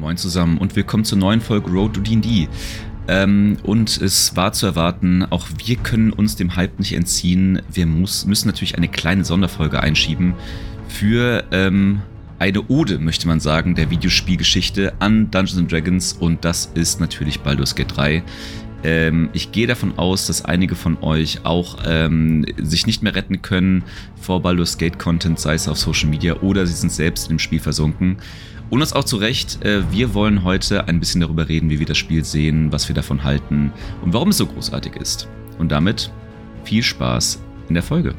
Moin zusammen und willkommen zur neuen Folge Road to D&D. Und es war zu erwarten, auch wir können uns dem Hype nicht entziehen. Wir müssen natürlich eine kleine Sonderfolge einschieben für eine Ode, möchte man sagen, der Videospielgeschichte an Dungeons & Dragons, und das ist natürlich Baldur's Gate 3. Ich gehe davon aus, dass einige von euch auch sich nicht mehr retten können vor Baldur's Gate Content, sei es auf Social Media oder sie sind selbst im Spiel versunken. Und das auch zu Recht, wir wollen heute ein bisschen darüber reden, wie wir das Spiel sehen, was wir davon halten und warum es so großartig ist. Und damit viel Spaß in der Folge.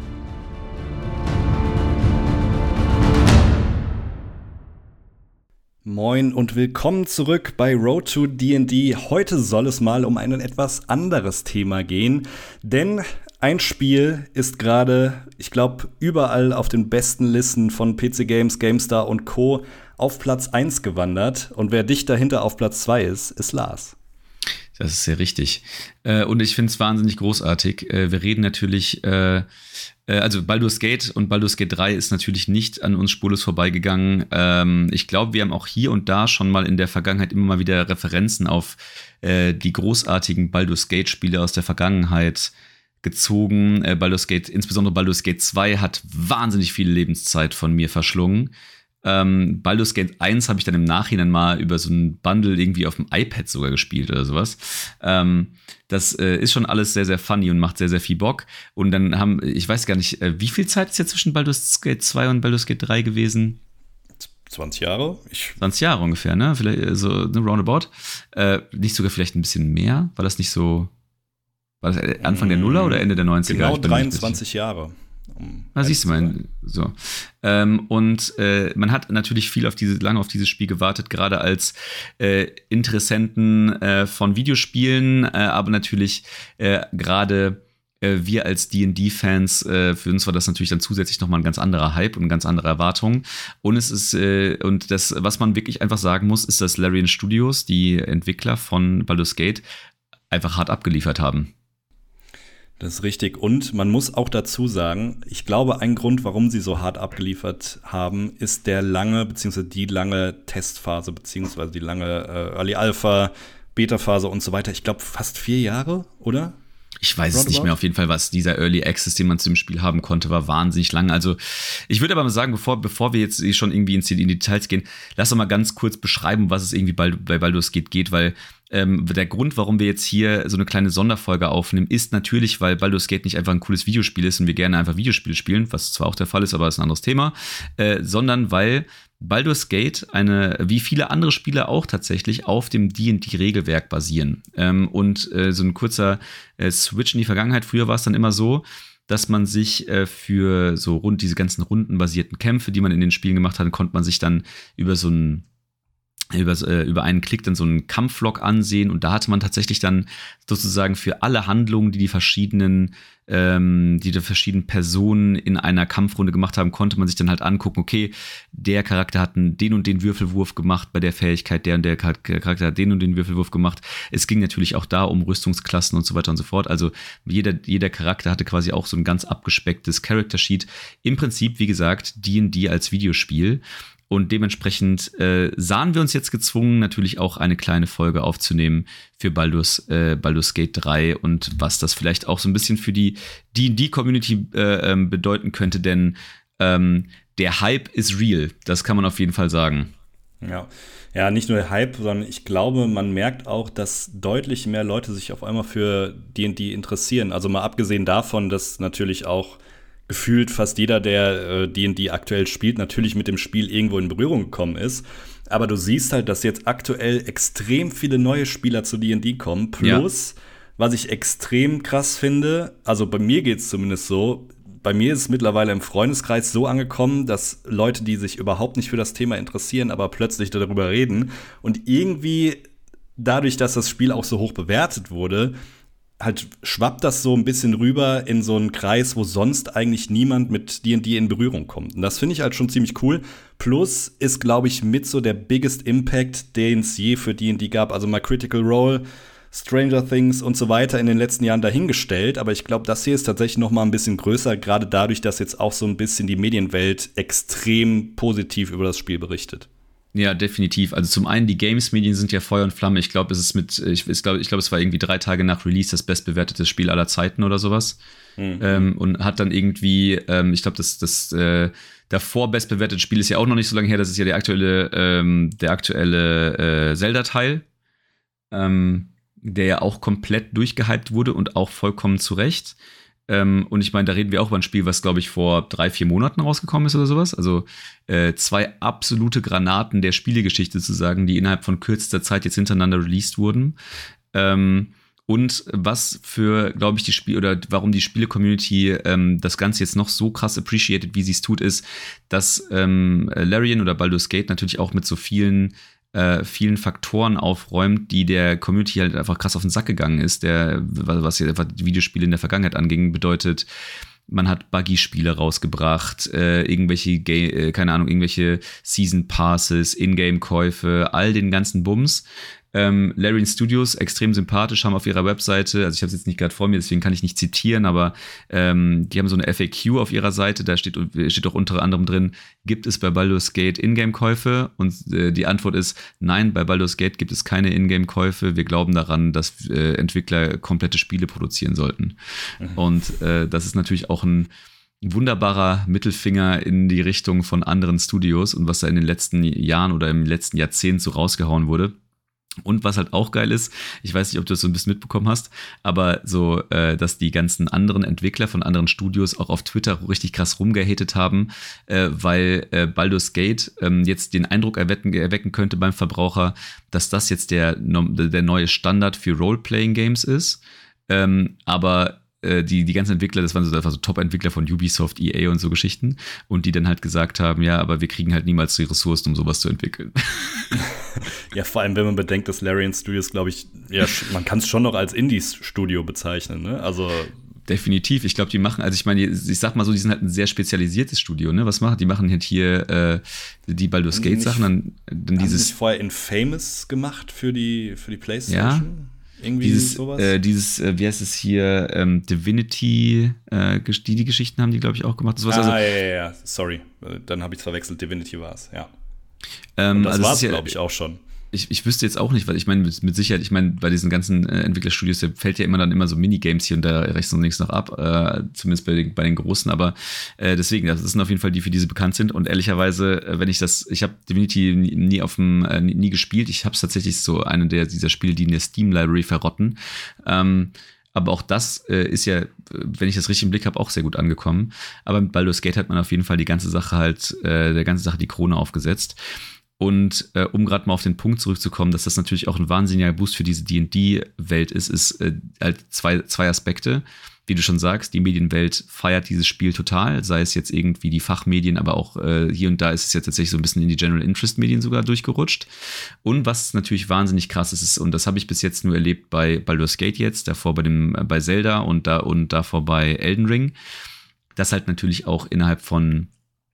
Moin und willkommen zurück bei Road to D&D. Heute soll es mal um ein etwas anderes Thema gehen, denn ein Spiel ist gerade, ich glaube, überall auf den besten Listen von PC Games, GameStar und Co. auf Platz 1 gewandert. Und wer dicht dahinter auf Platz 2 ist Lars. Das ist sehr richtig. Und ich finde es wahnsinnig großartig. Wir reden natürlich, also Baldur's Gate und Baldur's Gate 3 ist natürlich nicht an uns spurlos vorbeigegangen. Ich glaube, wir haben auch hier und da schon mal in der Vergangenheit immer mal wieder Referenzen auf die großartigen Baldur's Gate-Spiele aus der Vergangenheit gezogen. Insbesondere Baldur's Gate 2 hat wahnsinnig viel Lebenszeit von mir verschlungen. Baldur's Gate 1 habe ich dann im Nachhinein mal über so ein Bundle irgendwie auf dem iPad sogar gespielt oder sowas. Das ist schon alles sehr, sehr funny und macht sehr, sehr viel Bock. Und dann ich weiß gar nicht, wie viel Zeit ist jetzt zwischen Baldur's Gate 2 und Baldur's Gate 3 gewesen? 20 Jahre? 20 Jahre ungefähr, ne? Vielleicht so eine Roundabout. Nicht sogar vielleicht ein bisschen mehr? War das Anfang der Nuller oder Ende der 90er? Genau 23 Jahre. Siehst du mal, so. Und man hat natürlich lange auf dieses Spiel gewartet, gerade als Interessenten von Videospielen, aber natürlich wir als D&D-Fans, für uns war das natürlich dann zusätzlich nochmal ein ganz anderer Hype und eine ganz andere Erwartung. Und es ist, und das, was man wirklich einfach sagen muss, ist, dass Larian Studios, die Entwickler von Baldur's Gate, einfach hart abgeliefert haben. Das ist richtig. Und man muss auch dazu sagen, ich glaube, ein Grund, warum sie so hart abgeliefert haben, ist die lange Testphase, beziehungsweise die lange Early Alpha, Beta-Phase und so weiter. Ich glaube, fast 4 Jahre, oder? Ich weiß es nicht mehr. Auf jeden Fall, was dieser Early Access, den man zu dem Spiel haben konnte, war wahnsinnig lang. Also ich würde aber mal sagen, bevor wir jetzt schon irgendwie in die Details gehen, lass doch mal ganz kurz beschreiben, was es irgendwie bei Baldur's Gate geht, weil der Grund, warum wir jetzt hier so eine kleine Sonderfolge aufnehmen, ist natürlich, weil Baldur's Gate nicht einfach ein cooles Videospiel ist und wir gerne einfach Videospiele spielen, was zwar auch der Fall ist, aber ist ein anderes Thema, sondern weil Baldur's Gate wie viele andere Spiele auch tatsächlich auf dem D&D-Regelwerk basieren. Und so ein kurzer Switch in die Vergangenheit. Früher war es dann immer so, dass man sich für so diese ganzen rundenbasierten Kämpfe, die man in den Spielen gemacht hat, konnte man sich dann über einen Klick dann so einen Kampflog ansehen, und da hatte man tatsächlich dann sozusagen für alle Handlungen, die verschiedenen Personen in einer Kampfrunde gemacht haben, konnte man sich dann halt angucken, okay, der Charakter hat den und den Würfelwurf gemacht bei der Fähigkeit, der und der Charakter hat den und den Würfelwurf gemacht. Es ging natürlich auch da um Rüstungsklassen und so weiter und so fort. Also jeder Charakter hatte quasi auch so ein ganz abgespecktes Character Sheet. Im Prinzip, wie gesagt, D&D als Videospiel. Und dementsprechend sahen wir uns jetzt gezwungen, natürlich auch eine kleine Folge aufzunehmen für Baldur's Gate 3 und was das vielleicht auch so ein bisschen für die D&D-Community bedeuten könnte, denn der Hype ist real, das kann man auf jeden Fall sagen. Ja, nicht nur der Hype, sondern ich glaube, man merkt auch, dass deutlich mehr Leute sich auf einmal für D&D interessieren. Also mal abgesehen davon, dass natürlich auch gefühlt fast jeder, der D&D aktuell spielt, natürlich mit dem Spiel irgendwo in Berührung gekommen ist. Aber du siehst halt, dass jetzt aktuell extrem viele neue Spieler zu D&D kommen. Plus, was ich extrem krass finde, also bei mir geht's zumindest so, bei mir ist es mittlerweile im Freundeskreis so angekommen, dass Leute, die sich überhaupt nicht für das Thema interessieren, aber plötzlich darüber reden. Und irgendwie dadurch, dass das Spiel auch so hoch bewertet wurde, halt schwappt das so ein bisschen rüber in so einen Kreis, wo sonst eigentlich niemand mit D&D in Berührung kommt. Und das finde ich halt schon ziemlich cool. Plus ist, glaube ich, mit so der biggest Impact, den es je für D&D gab. Also mal Critical Role, Stranger Things und so weiter in den letzten Jahren dahingestellt. Aber ich glaube, das hier ist tatsächlich noch mal ein bisschen größer, gerade dadurch, dass jetzt auch so ein bisschen die Medienwelt extrem positiv über das Spiel berichtet. Ja, definitiv. Also zum einen, die Games-Medien sind ja Feuer und Flamme. Ich glaube, es war irgendwie 3 Tage nach Release das bestbewertete Spiel aller Zeiten oder sowas. Und hat dann irgendwie, ich glaube, das davor bestbewertete Spiel ist ja auch noch nicht so lange her. Das ist ja der aktuelle Zelda-Teil, der ja auch komplett durchgehypt wurde und auch vollkommen zu Recht. Und ich meine, da reden wir auch über ein Spiel, was, glaube ich, vor 3-4 Monaten rausgekommen ist oder sowas. Also 2 absolute Granaten der Spielegeschichte zu sagen, die innerhalb von kürzester Zeit jetzt hintereinander released wurden. Und was für, glaube ich, warum die Spiele-Community das Ganze jetzt noch so krass appreciated, wie sie es tut, ist, dass Larian oder Baldur's Gate natürlich auch mit so vielen Faktoren aufräumt, die der Community halt einfach krass auf den Sack gegangen ist, was ja einfach Videospiele in der Vergangenheit anging, bedeutet, man hat Buggy-Spiele rausgebracht, irgendwelche Season Passes, Ingame-Käufe, all den ganzen Bums. Larian Studios, extrem sympathisch, haben auf ihrer Webseite, also ich habe es jetzt nicht gerade vor mir, deswegen kann ich nicht zitieren, aber die haben so eine FAQ auf ihrer Seite, da steht auch unter anderem drin, gibt es bei Baldur's Gate Ingame-Käufe? Und die Antwort ist, nein, bei Baldur's Gate gibt es keine Ingame-Käufe, wir glauben daran, dass Entwickler komplette Spiele produzieren sollten. Und das ist natürlich auch ein wunderbarer Mittelfinger in die Richtung von anderen Studios und was da in den letzten Jahren oder im letzten Jahrzehnt so rausgehauen wurde. Und was halt auch geil ist, ich weiß nicht, ob du das so ein bisschen mitbekommen hast, aber so, dass die ganzen anderen Entwickler von anderen Studios auch auf Twitter richtig krass rumgehatet haben, weil Baldur's Gate jetzt den Eindruck erwecken könnte beim Verbraucher, dass das jetzt der neue Standard für Role-Playing-Games ist. Aber die ganzen Entwickler, das waren so Top-Entwickler von Ubisoft, EA und so Geschichten, und die dann halt gesagt haben, ja, aber wir kriegen halt niemals die Ressourcen, um sowas zu entwickeln. Ja, vor allem, wenn man bedenkt, dass Larian Studios, glaube ich, ja, man kann es schon noch als Indie-Studio bezeichnen, ne? Also definitiv. Ich glaube, die machen, also ich meine, ich sag mal so, die sind halt ein sehr spezialisiertes Studio, ne? Was machen die? Machen halt hier die Baldur's Gate-Sachen, dann dieses. Haben sie vorher Infamous gemacht für die PlayStation? Ja. Irgendwie sowas? Wie heißt es hier, Divinity, die Geschichten haben die, glaube ich, auch gemacht. Ja, sorry, dann habe ich es verwechselt, Divinity war es, ja. Und das war es, glaube ich, auch schon. Ich wüsste jetzt auch nicht, weil ich meine, mit Sicherheit, ich meine, bei diesen ganzen Entwicklerstudios, da fällt ja immer so Minigames hier und da rechts und links noch ab, zumindest bei den Großen, aber deswegen, das sind auf jeden Fall die, für die sie bekannt sind, und ehrlicherweise, ich habe Divinity nie gespielt, ich habe es tatsächlich so eine dieser Spiele, die in der Steam-Library verrotten, aber auch das ist ja, wenn ich das richtig im Blick habe, auch sehr gut angekommen. Aber mit Baldur's Gate hat man auf jeden Fall der ganzen Sache die Krone aufgesetzt. Und um gerade mal auf den Punkt zurückzukommen, dass das natürlich auch ein wahnsinniger Boost für diese D&D-Welt ist halt zwei Aspekte. Wie du schon sagst, die Medienwelt feiert dieses Spiel total, sei es jetzt irgendwie die Fachmedien, aber auch hier und da ist es ja tatsächlich so ein bisschen in die General Interest Medien sogar durchgerutscht. Und was natürlich wahnsinnig krass ist, und das habe ich bis jetzt nur erlebt bei Baldur's Gate jetzt, davor bei Zelda und davor bei Elden Ring, dass halt natürlich auch innerhalb von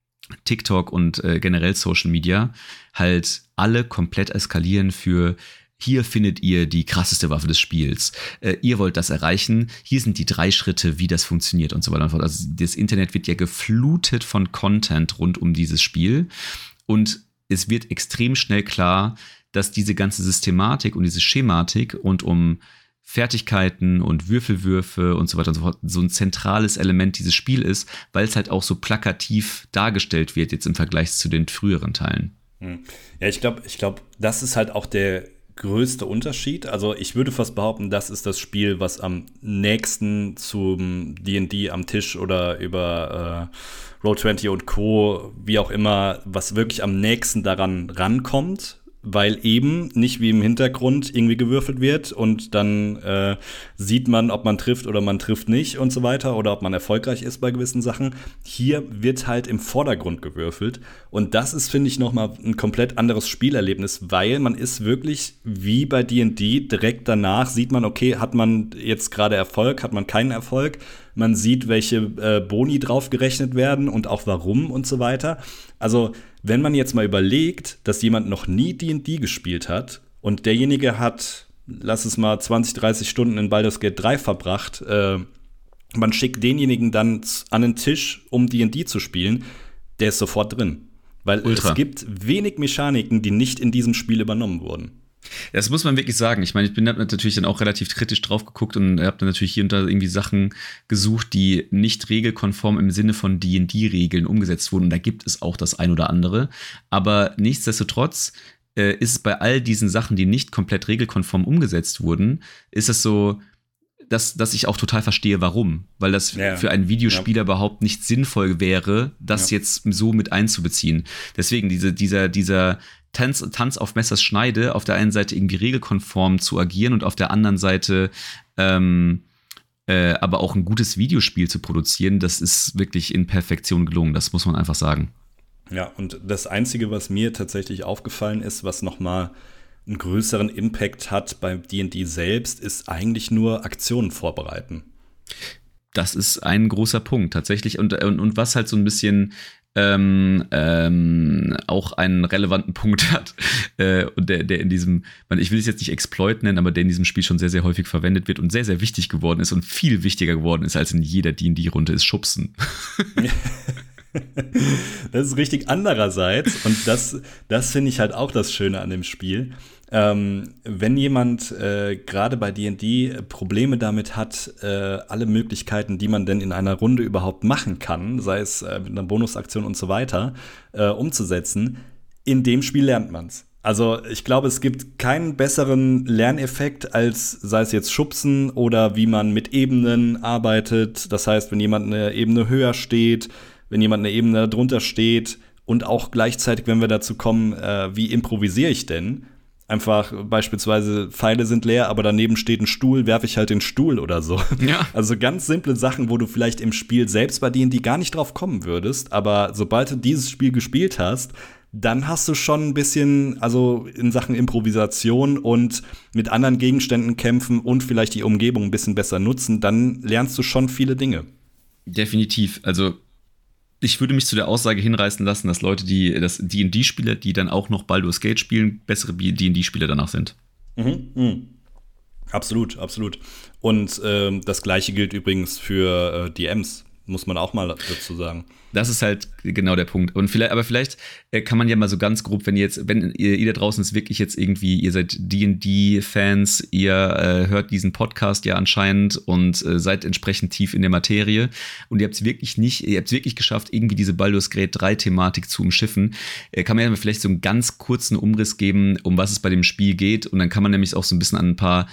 TikTok und generell Social Media halt alle komplett eskalieren für: Hier findet ihr die krasseste Waffe des Spiels. Ihr wollt das erreichen. Hier sind die 3 Schritte, wie das funktioniert und so weiter und so fort. Also das Internet wird ja geflutet von Content rund um dieses Spiel. Und es wird extrem schnell klar, dass diese ganze Systematik und diese Schematik rund um Fertigkeiten und Würfelwürfe und so weiter und so fort so ein zentrales Element dieses Spiel ist, weil es halt auch so plakativ dargestellt wird jetzt im Vergleich zu den früheren Teilen. Ja, ich glaube, das ist halt auch der größte Unterschied. Also ich würde fast behaupten, das ist das Spiel, was am nächsten zum D&D am Tisch oder über Roll20 und Co., wie auch immer, was wirklich am nächsten daran rankommt, weil eben nicht wie im Hintergrund irgendwie gewürfelt wird und dann sieht man, ob man trifft oder man trifft nicht und so weiter oder ob man erfolgreich ist bei gewissen Sachen. Hier wird halt im Vordergrund gewürfelt und das ist, finde ich, nochmal ein komplett anderes Spielerlebnis, weil man ist wirklich wie bei D&D direkt danach sieht man, okay, hat man jetzt gerade Erfolg, hat man keinen Erfolg. Man sieht, welche Boni drauf gerechnet werden und auch warum und so weiter. Also wenn man jetzt mal überlegt, dass jemand noch nie D&D gespielt hat und derjenige hat, lass es mal 20, 30 Stunden in Baldur's Gate 3 verbracht, man schickt denjenigen dann an den Tisch, um D&D zu spielen, der ist sofort drin. Weil es gibt wenig Mechaniken, die nicht in diesem Spiel übernommen wurden. Das muss man wirklich sagen. Ich meine, ich habe natürlich dann auch relativ kritisch drauf geguckt und habe dann natürlich hier und da irgendwie Sachen gesucht, die nicht regelkonform im Sinne von D&D-Regeln umgesetzt wurden. Und da gibt es auch das ein oder andere. Aber nichtsdestotrotz ist es bei all diesen Sachen, die nicht komplett regelkonform umgesetzt wurden, ist es so, dass ich auch total verstehe, warum. Weil das für einen Videospieler überhaupt nicht sinnvoll wäre, das jetzt so mit einzubeziehen. Deswegen dieser Tanz auf Messers Schneide, auf der einen Seite irgendwie regelkonform zu agieren und auf der anderen Seite aber auch ein gutes Videospiel zu produzieren, das ist wirklich in Perfektion gelungen. Das muss man einfach sagen. Ja, und das Einzige, was mir tatsächlich aufgefallen ist, was nochmal einen größeren Impact hat beim D&D selbst, ist eigentlich nur Aktionen vorbereiten. Das ist ein großer Punkt tatsächlich und was halt so ein bisschen auch einen relevanten Punkt hat und der in diesem, ich will es jetzt nicht Exploit nennen, aber der in diesem Spiel schon sehr, sehr häufig verwendet wird und sehr, sehr wichtig geworden ist und viel wichtiger geworden ist als in jeder D&D-Runde, ist Schubsen. Das ist richtig. Andererseits, und das finde ich halt auch das Schöne an dem Spiel, wenn jemand gerade bei D&D Probleme damit hat, alle Möglichkeiten, die man denn in einer Runde überhaupt machen kann, sei es mit einer Bonusaktion und so weiter, umzusetzen, in dem Spiel lernt man's. Also ich glaube, es gibt keinen besseren Lerneffekt als, sei es jetzt Schubsen oder wie man mit Ebenen arbeitet. Das heißt, wenn jemand eine Ebene höher steht, wenn jemand eine Ebene drunter steht und auch gleichzeitig, wenn wir dazu kommen, wie improvisiere ich denn? Einfach beispielsweise Pfeile sind leer, aber daneben steht ein Stuhl, werfe ich halt den Stuhl oder so. Ja. Also ganz simple Sachen, wo du vielleicht im Spiel selbst bei D&D gar nicht drauf kommen würdest, aber sobald du dieses Spiel gespielt hast, dann hast du schon ein bisschen, also in Sachen Improvisation und mit anderen Gegenständen kämpfen und vielleicht die Umgebung ein bisschen besser nutzen, dann lernst du schon viele Dinge. Definitiv, also ich würde mich zu der Aussage hinreißen lassen, dass Leute, das D&D-Spieler, die dann auch noch Baldur's Gate spielen, bessere D&D-Spieler danach sind. Absolut, absolut. Und das Gleiche gilt übrigens für DMs, muss man auch mal dazu sagen. Das ist halt genau der Punkt. Und vielleicht kann man ja mal so ganz grob, wenn ihr da draußen ist wirklich jetzt irgendwie, ihr seid D&D-Fans, ihr hört diesen Podcast ja anscheinend und seid entsprechend tief in der Materie und ihr habt es wirklich geschafft, irgendwie diese Baldur's Gate 3-Thematik zu umschiffen, kann man ja vielleicht so einen ganz kurzen Umriss geben, um was es bei dem Spiel geht, und dann kann man nämlich auch so ein bisschen an ein paar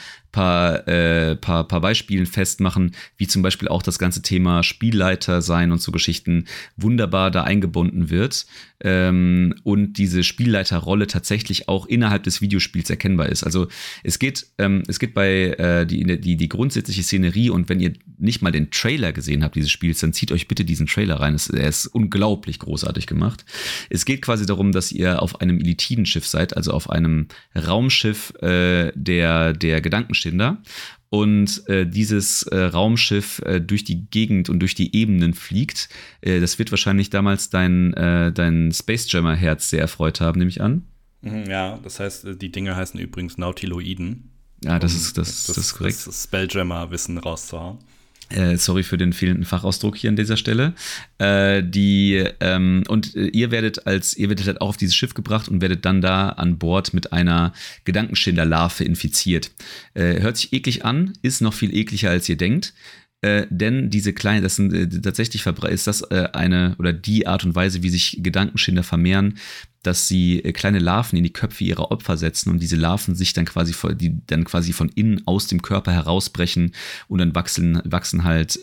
Beispielen festmachen, wie zum Beispiel auch das ganze Thema Spielleiter sein und so Geschichten wunderbar da eingebunden wird und diese Spielleiterrolle tatsächlich auch innerhalb des Videospiels erkennbar ist. Also es geht bei die grundsätzliche Szenerie, und wenn ihr nicht mal den Trailer gesehen habt dieses Spiels, dann zieht euch bitte diesen Trailer rein. Er ist unglaublich großartig gemacht. Es geht quasi darum, dass ihr auf einem Elitidenschiff seid, also auf einem Raumschiff der Gedankenschinder. Und dieses Raumschiff durch die Gegend und durch die Ebenen fliegt. Das wird wahrscheinlich damals dein Space Jammer Herz sehr erfreut haben, nehme ich an. Ja, das heißt, die Dinge heißen übrigens Nautiloiden. Ja, das ist korrekt. Das Spelljammer-Wissen rauszuhauen. Sorry für den fehlenden Fachausdruck hier an dieser Stelle. Und ihr werdet halt auch auf dieses Schiff gebracht und werdet dann da an Bord mit einer Gedankenschinder-Larve infiziert. Hört sich eklig an, ist noch viel ekliger, als ihr denkt. Denn diese kleinen, das sind tatsächlich ist das die Art und Weise, wie sich Gedankenschinder vermehren, dass sie kleine Larven in die Köpfe ihrer Opfer setzen und diese Larven sich dann quasi von innen aus dem Körper herausbrechen und dann wachsen halt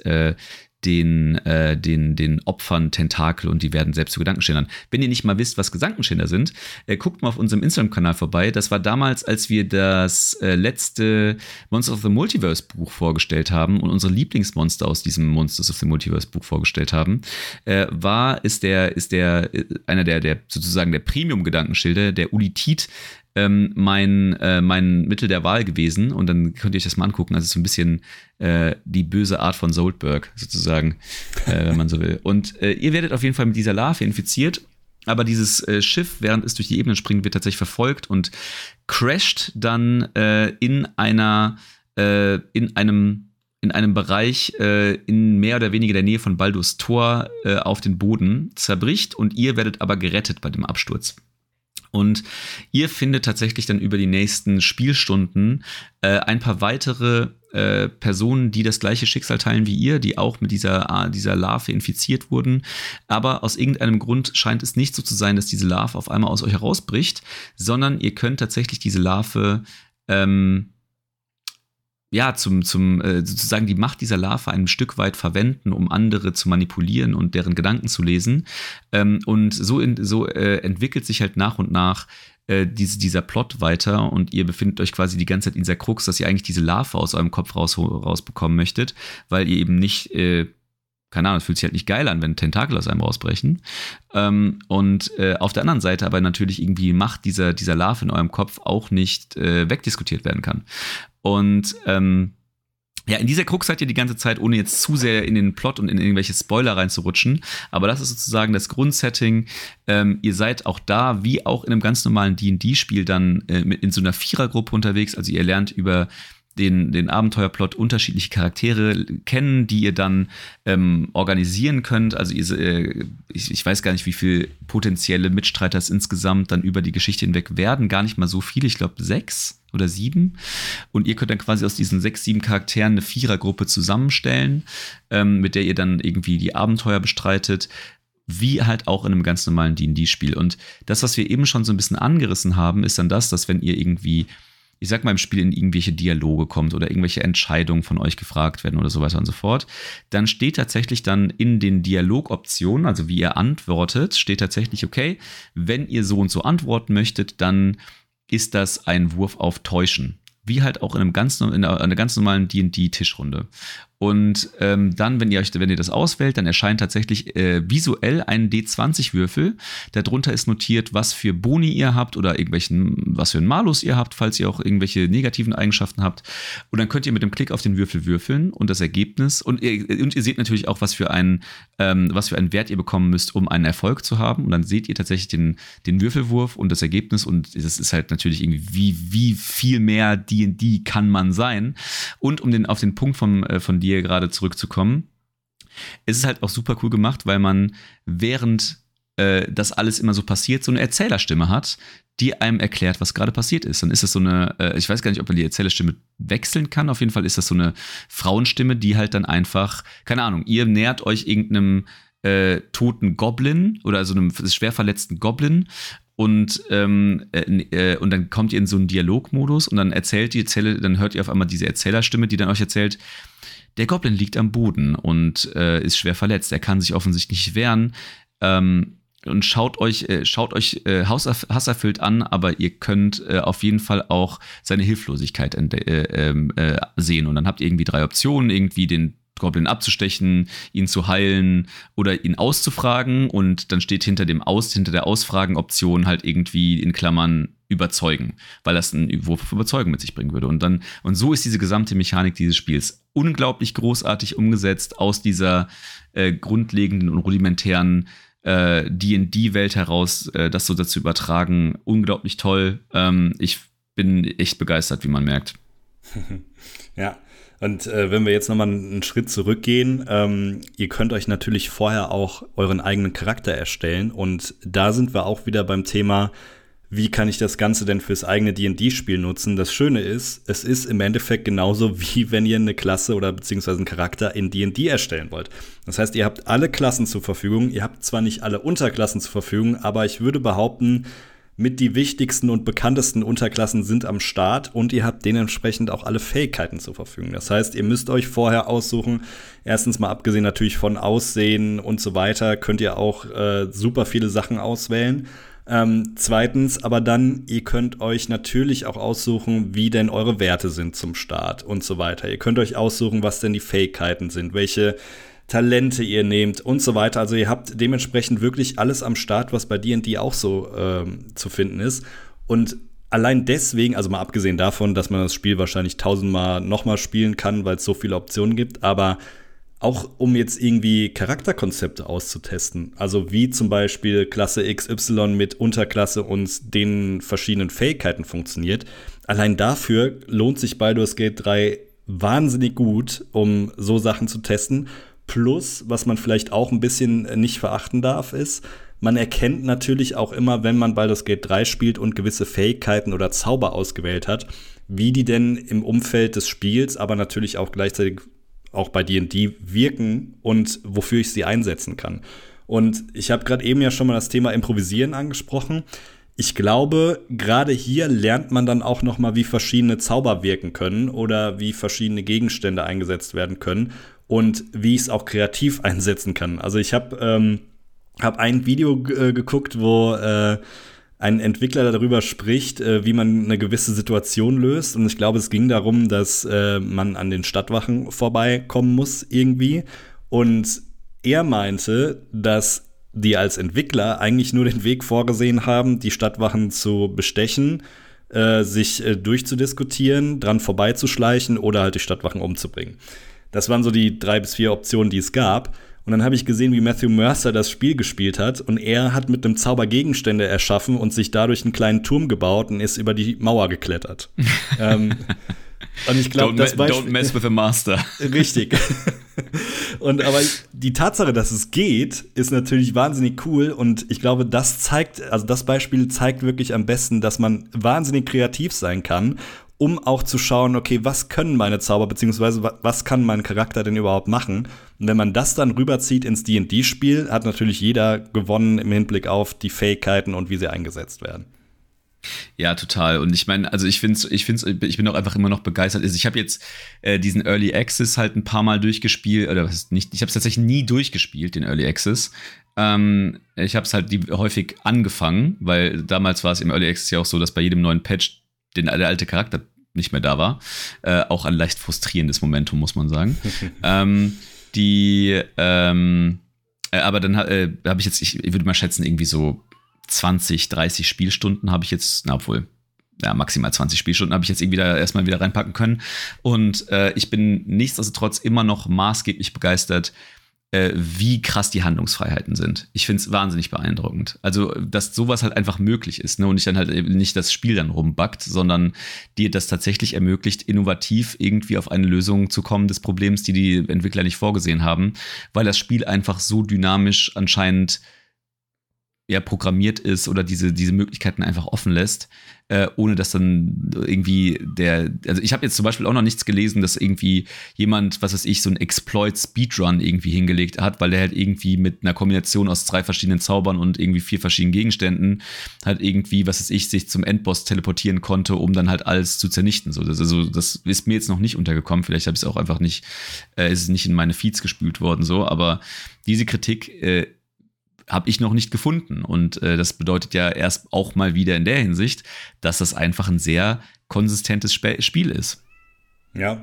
den Opfern Tentakel und die werden selbst zu Gedankenschindern. Wenn ihr nicht mal wisst, was Gedankenschinder sind, guckt mal auf unserem Instagram-Kanal vorbei. Das war damals, als wir das letzte Monsters of the Multiverse Buch vorgestellt haben und unsere Lieblingsmonster aus diesem Monsters of the Multiverse Buch vorgestellt haben, ist einer der sozusagen der Premium-Gedankenschilder, der Ulitit, mein Mittel der Wahl gewesen, und dann könnt ihr euch das mal angucken. Also so ein bisschen die böse Art von Soldberg sozusagen, wenn man so will. Und ihr werdet auf jeden Fall mit dieser Larve infiziert, aber dieses Schiff, während es durch die Ebenen springt, wird tatsächlich verfolgt und crasht dann in einem in einem Bereich in mehr oder weniger der Nähe von Baldurs Tor auf den Boden, zerbricht und ihr werdet aber gerettet bei dem Absturz. Und ihr findet tatsächlich dann über die nächsten Spielstunden ein paar weitere Personen, die das gleiche Schicksal teilen wie ihr, die auch mit dieser Larve infiziert wurden. Aber aus irgendeinem Grund scheint es nicht so zu sein, dass diese Larve auf einmal aus euch herausbricht, sondern ihr könnt tatsächlich diese Larve sozusagen die Macht dieser Larve ein Stück weit verwenden, um andere zu manipulieren und deren Gedanken zu lesen. Und so entwickelt sich halt nach und nach dieser Plot weiter und ihr befindet euch quasi die ganze Zeit in dieser Krux, dass ihr eigentlich diese Larve aus eurem Kopf rausbekommen möchtet, weil ihr eben nicht, keine Ahnung, es fühlt sich halt nicht geil an, wenn Tentakel aus einem rausbrechen. Und auf der anderen Seite aber natürlich irgendwie Macht dieser Larve in eurem Kopf auch nicht wegdiskutiert werden kann. Und in dieser Krux seid ihr die ganze Zeit, ohne jetzt zu sehr in den Plot und in irgendwelche Spoiler reinzurutschen. Aber das ist sozusagen das Grundsetting. Ihr seid auch da, wie auch in einem ganz normalen D&D-Spiel, dann in so einer Vierergruppe unterwegs. Also ihr lernt über den Abenteuerplot unterschiedliche Charaktere kennen, die ihr dann organisieren könnt. Also ich weiß gar nicht, wie viele potenzielle Mitstreiter es insgesamt dann über die Geschichte hinweg werden. Gar nicht mal so viele, ich glaube 6 oder 7. Und ihr könnt dann quasi aus diesen 6, 7 Charakteren eine Vierergruppe zusammenstellen, mit der ihr dann irgendwie die Abenteuer bestreitet, wie halt auch in einem ganz normalen D&D-Spiel. Und das, was wir eben schon so ein bisschen angerissen haben, ist dann das, dass wenn ihr irgendwie, ich sag mal, im Spiel in irgendwelche Dialoge kommt oder irgendwelche Entscheidungen von euch gefragt werden oder so weiter und so fort, dann steht tatsächlich dann in den Dialogoptionen, also wie ihr antwortet, steht tatsächlich, okay, wenn ihr so und so antworten möchtet, dann ist das ein Wurf auf Täuschen. Wie halt auch in einer ganz normalen D&D-Tischrunde. Und dann, wenn ihr das auswählt, dann erscheint tatsächlich visuell ein D20-Würfel. Darunter ist notiert, was für Boni ihr habt oder was für einen Malus ihr habt, falls ihr auch irgendwelche negativen Eigenschaften habt. Und dann könnt ihr mit dem Klick auf den Würfel würfeln und das Ergebnis. Und ihr seht natürlich auch, was für einen Wert ihr bekommen müsst, um einen Erfolg zu haben. Und dann seht ihr tatsächlich den Würfelwurf und das Ergebnis. Und das ist halt natürlich irgendwie, wie viel mehr D&D kann man sein. Und um auf den Punkt von dir gerade zurückzukommen, es ist halt auch super cool gemacht, weil man während das alles immer so passiert, so eine Erzählerstimme hat, die einem erklärt, was gerade passiert ist. Dann ist das so eine, ich weiß gar nicht, ob man die Erzählerstimme wechseln kann, auf jeden Fall ist das so eine Frauenstimme, die halt dann einfach, keine Ahnung, ihr nähert euch irgendeinem toten Goblin oder so einem schwer verletzten Goblin und dann kommt ihr in so einen Dialogmodus und dann dann hört ihr auf einmal diese Erzählerstimme, die dann euch erzählt, der Goblin liegt am Boden und ist schwer verletzt. Er kann sich offensichtlich nicht wehren. Und schaut euch hasserfüllt an, aber ihr könnt auf jeden Fall auch seine Hilflosigkeit sehen. Und dann habt ihr irgendwie 3 Optionen, irgendwie den Goblin abzustechen, ihn zu heilen oder ihn auszufragen. Und dann steht hinter der Ausfragen-Option halt irgendwie in Klammern überzeugen, weil das einen Wurf auf Überzeugen mit sich bringen würde. Und so ist diese gesamte Mechanik dieses Spiels unglaublich großartig umgesetzt aus dieser grundlegenden und rudimentären D&D-Welt heraus, das so dazu übertragen. Unglaublich toll. Ich bin echt begeistert, wie man merkt. Ja. Und wenn wir jetzt nochmal einen Schritt zurückgehen, ihr könnt euch natürlich vorher auch euren eigenen Charakter erstellen. Und da sind wir auch wieder beim Thema, wie kann ich das Ganze denn fürs eigene D&D-Spiel nutzen? Das Schöne ist, es ist im Endeffekt genauso, wie wenn ihr eine Klasse oder beziehungsweise einen Charakter in D&D erstellen wollt. Das heißt, ihr habt alle Klassen zur Verfügung. Ihr habt zwar nicht alle Unterklassen zur Verfügung, aber ich würde behaupten, mit die wichtigsten und bekanntesten Unterklassen sind am Start und ihr habt dementsprechend auch alle Fähigkeiten zur Verfügung. Das heißt, ihr müsst euch vorher aussuchen, erstens mal abgesehen natürlich von Aussehen und so weiter, könnt ihr auch super viele Sachen auswählen. Zweitens, aber dann, ihr könnt euch natürlich auch aussuchen, wie denn eure Werte sind zum Start und so weiter. Ihr könnt euch aussuchen, was denn die Fähigkeiten sind, welche Talente ihr nehmt und so weiter. Also ihr habt dementsprechend wirklich alles am Start, was bei D&D auch so zu finden ist. Und allein deswegen, also mal abgesehen davon, dass man das Spiel wahrscheinlich 1000-mal nochmal spielen kann, weil es so viele Optionen gibt, aber auch um jetzt irgendwie Charakterkonzepte auszutesten. Also wie zum Beispiel Klasse XY mit Unterklasse und den verschiedenen Fähigkeiten funktioniert. Allein dafür lohnt sich Baldur's Gate 3 wahnsinnig gut, um so Sachen zu testen. Plus, was man vielleicht auch ein bisschen nicht verachten darf, ist, man erkennt natürlich auch immer, wenn man Baldur's Gate 3 spielt und gewisse Fähigkeiten oder Zauber ausgewählt hat, wie die denn im Umfeld des Spiels, aber natürlich auch gleichzeitig auch bei D&D wirken und wofür ich sie einsetzen kann. Und ich habe gerade eben ja schon mal das Thema Improvisieren angesprochen. Ich glaube, gerade hier lernt man dann auch noch mal, wie verschiedene Zauber wirken können oder wie verschiedene Gegenstände eingesetzt werden können und wie ich es auch kreativ einsetzen kann. Also ich habe ein Video geguckt, wo ein Entwickler darüber spricht, wie man eine gewisse Situation löst. Und ich glaube, es ging darum, dass man an den Stadtwachen vorbeikommen muss irgendwie. Und er meinte, dass die als Entwickler eigentlich nur den Weg vorgesehen haben, die Stadtwachen zu bestechen, sich durchzudiskutieren, dran vorbeizuschleichen oder halt die Stadtwachen umzubringen. Das waren so die 3 bis 4 Optionen, die es gab. Und dann habe ich gesehen, wie Matthew Mercer das Spiel gespielt hat. Und er hat mit einem Zauber Gegenstände erschaffen und sich dadurch einen kleinen Turm gebaut und ist über die Mauer geklettert. Und ich glaube, das Don't mess with a master. Richtig. Aber die Tatsache, dass es geht, ist natürlich wahnsinnig cool. Und ich glaube, das Beispiel zeigt wirklich am besten, dass man wahnsinnig kreativ sein kann, um auch zu schauen, okay, was können meine Zauber, beziehungsweise was kann mein Charakter denn überhaupt machen? Und wenn man das dann rüberzieht ins D&D-Spiel, hat natürlich jeder gewonnen im Hinblick auf die Fähigkeiten und wie sie eingesetzt werden. Ja, total. Und ich meine, also ich bin auch einfach immer noch begeistert. Also ich habe jetzt diesen Early Access halt ein paar Mal durchgespielt, oder was ist nicht, ich habe es tatsächlich nie durchgespielt, den Early Access. Ich habe es halt häufig angefangen, weil damals war es im Early Access ja auch so, dass bei jedem neuen Patch der alte Charakter nicht mehr da war. Auch ein leicht frustrierendes Momentum, muss man sagen. Aber dann habe ich jetzt, ich würde mal schätzen, irgendwie so 20, 30 Spielstunden habe ich jetzt, maximal 20 Spielstunden habe ich jetzt irgendwie da erstmal wieder reinpacken können. Und ich bin nichtsdestotrotz immer noch maßgeblich begeistert, wie krass die Handlungsfreiheiten sind. Ich finde es wahnsinnig beeindruckend. Also, dass sowas halt einfach möglich ist, ne? Und ich dann halt eben nicht das Spiel dann rumbackt, sondern dir das tatsächlich ermöglicht, innovativ irgendwie auf eine Lösung zu kommen des Problems, die Entwickler nicht vorgesehen haben, weil das Spiel einfach so dynamisch anscheinend programmiert ist oder diese Möglichkeiten einfach offen lässt, ohne dass dann irgendwie also ich habe jetzt zum Beispiel auch noch nichts gelesen, dass irgendwie jemand, was weiß ich, so ein Exploit-Speedrun irgendwie hingelegt hat, weil der halt irgendwie mit einer Kombination aus 3 verschiedenen Zaubern und irgendwie 4 verschiedenen Gegenständen halt irgendwie, was weiß ich, sich zum Endboss teleportieren konnte, um dann halt alles zu zernichten. So, das ist mir jetzt noch nicht untergekommen, vielleicht habe ich es auch einfach nicht, ist es nicht in meine Feeds gespült worden, so, aber diese Kritik habe ich noch nicht gefunden. Und das bedeutet ja erst auch mal wieder in der Hinsicht, dass das einfach ein sehr konsistentes Spiel ist. Ja.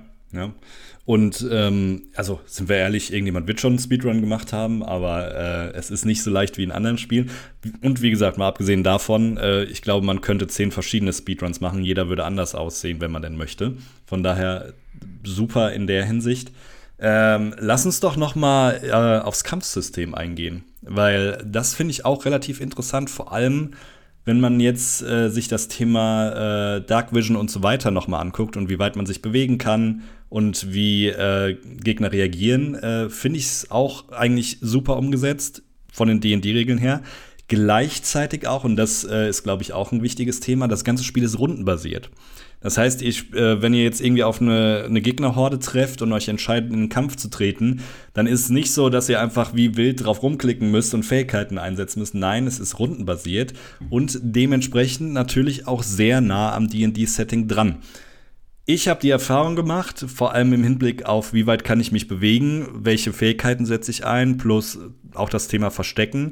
Und also sind wir ehrlich, irgendjemand wird schon einen Speedrun gemacht haben, aber es ist nicht so leicht wie in anderen Spielen. Und wie gesagt, mal abgesehen davon, ich glaube, man könnte 10 verschiedene Speedruns machen. Jeder würde anders aussehen, wenn man denn möchte. Von daher super in der Hinsicht. Lass uns doch noch mal aufs Kampfsystem eingehen, weil das finde ich auch relativ interessant, vor allem wenn man jetzt sich das Thema Dark Vision und so weiter noch mal anguckt und wie weit man sich bewegen kann und wie Gegner reagieren, finde ich es auch eigentlich super umgesetzt von den D&D-Regeln her. Gleichzeitig auch, und das ist, glaube ich, auch ein wichtiges Thema, das ganze Spiel ist rundenbasiert. Das heißt, wenn ihr jetzt irgendwie auf eine Gegnerhorde trefft und euch entscheidet, in den Kampf zu treten, dann ist es nicht so, dass ihr einfach wie wild drauf rumklicken müsst und Fähigkeiten einsetzen müsst. Nein, es ist rundenbasiert und dementsprechend natürlich auch sehr nah am D&D-Setting dran. Ich habe die Erfahrung gemacht, vor allem im Hinblick auf, wie weit kann ich mich bewegen, welche Fähigkeiten setze ich ein, plus auch das Thema Verstecken.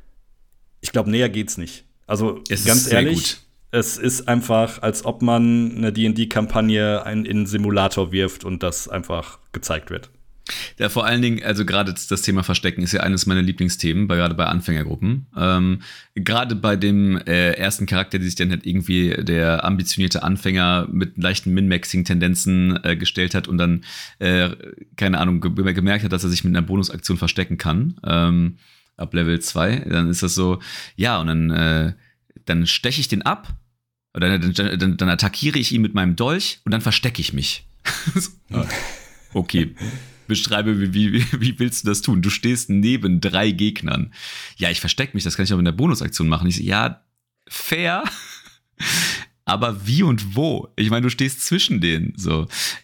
Ich glaube, näher geht's nicht. Also ganz ehrlich, es ist einfach, als ob man eine D&D-Kampagne in einen Simulator wirft und das einfach gezeigt wird. Ja, vor allen Dingen, also gerade das Thema Verstecken ist ja eines meiner Lieblingsthemen, gerade bei Anfängergruppen. Gerade bei dem ersten Charakter, der sich dann halt irgendwie der ambitionierte Anfänger mit leichten Min-Maxing-Tendenzen gestellt hat und dann, keine Ahnung, gemerkt hat, dass er sich mit einer Bonusaktion verstecken kann, ab Level 2, dann ist das so, ja, und dann steche ich den ab oder dann attackiere ich ihn mit meinem Dolch und dann verstecke ich mich. Okay, beschreibe, wie willst du das tun? Du stehst neben 3 Gegnern. Ja, ich verstecke mich, das kann ich auch in der Bonusaktion machen. Ich so, ja, fair, aber wie und wo? Ich meine, du stehst zwischen denen. So.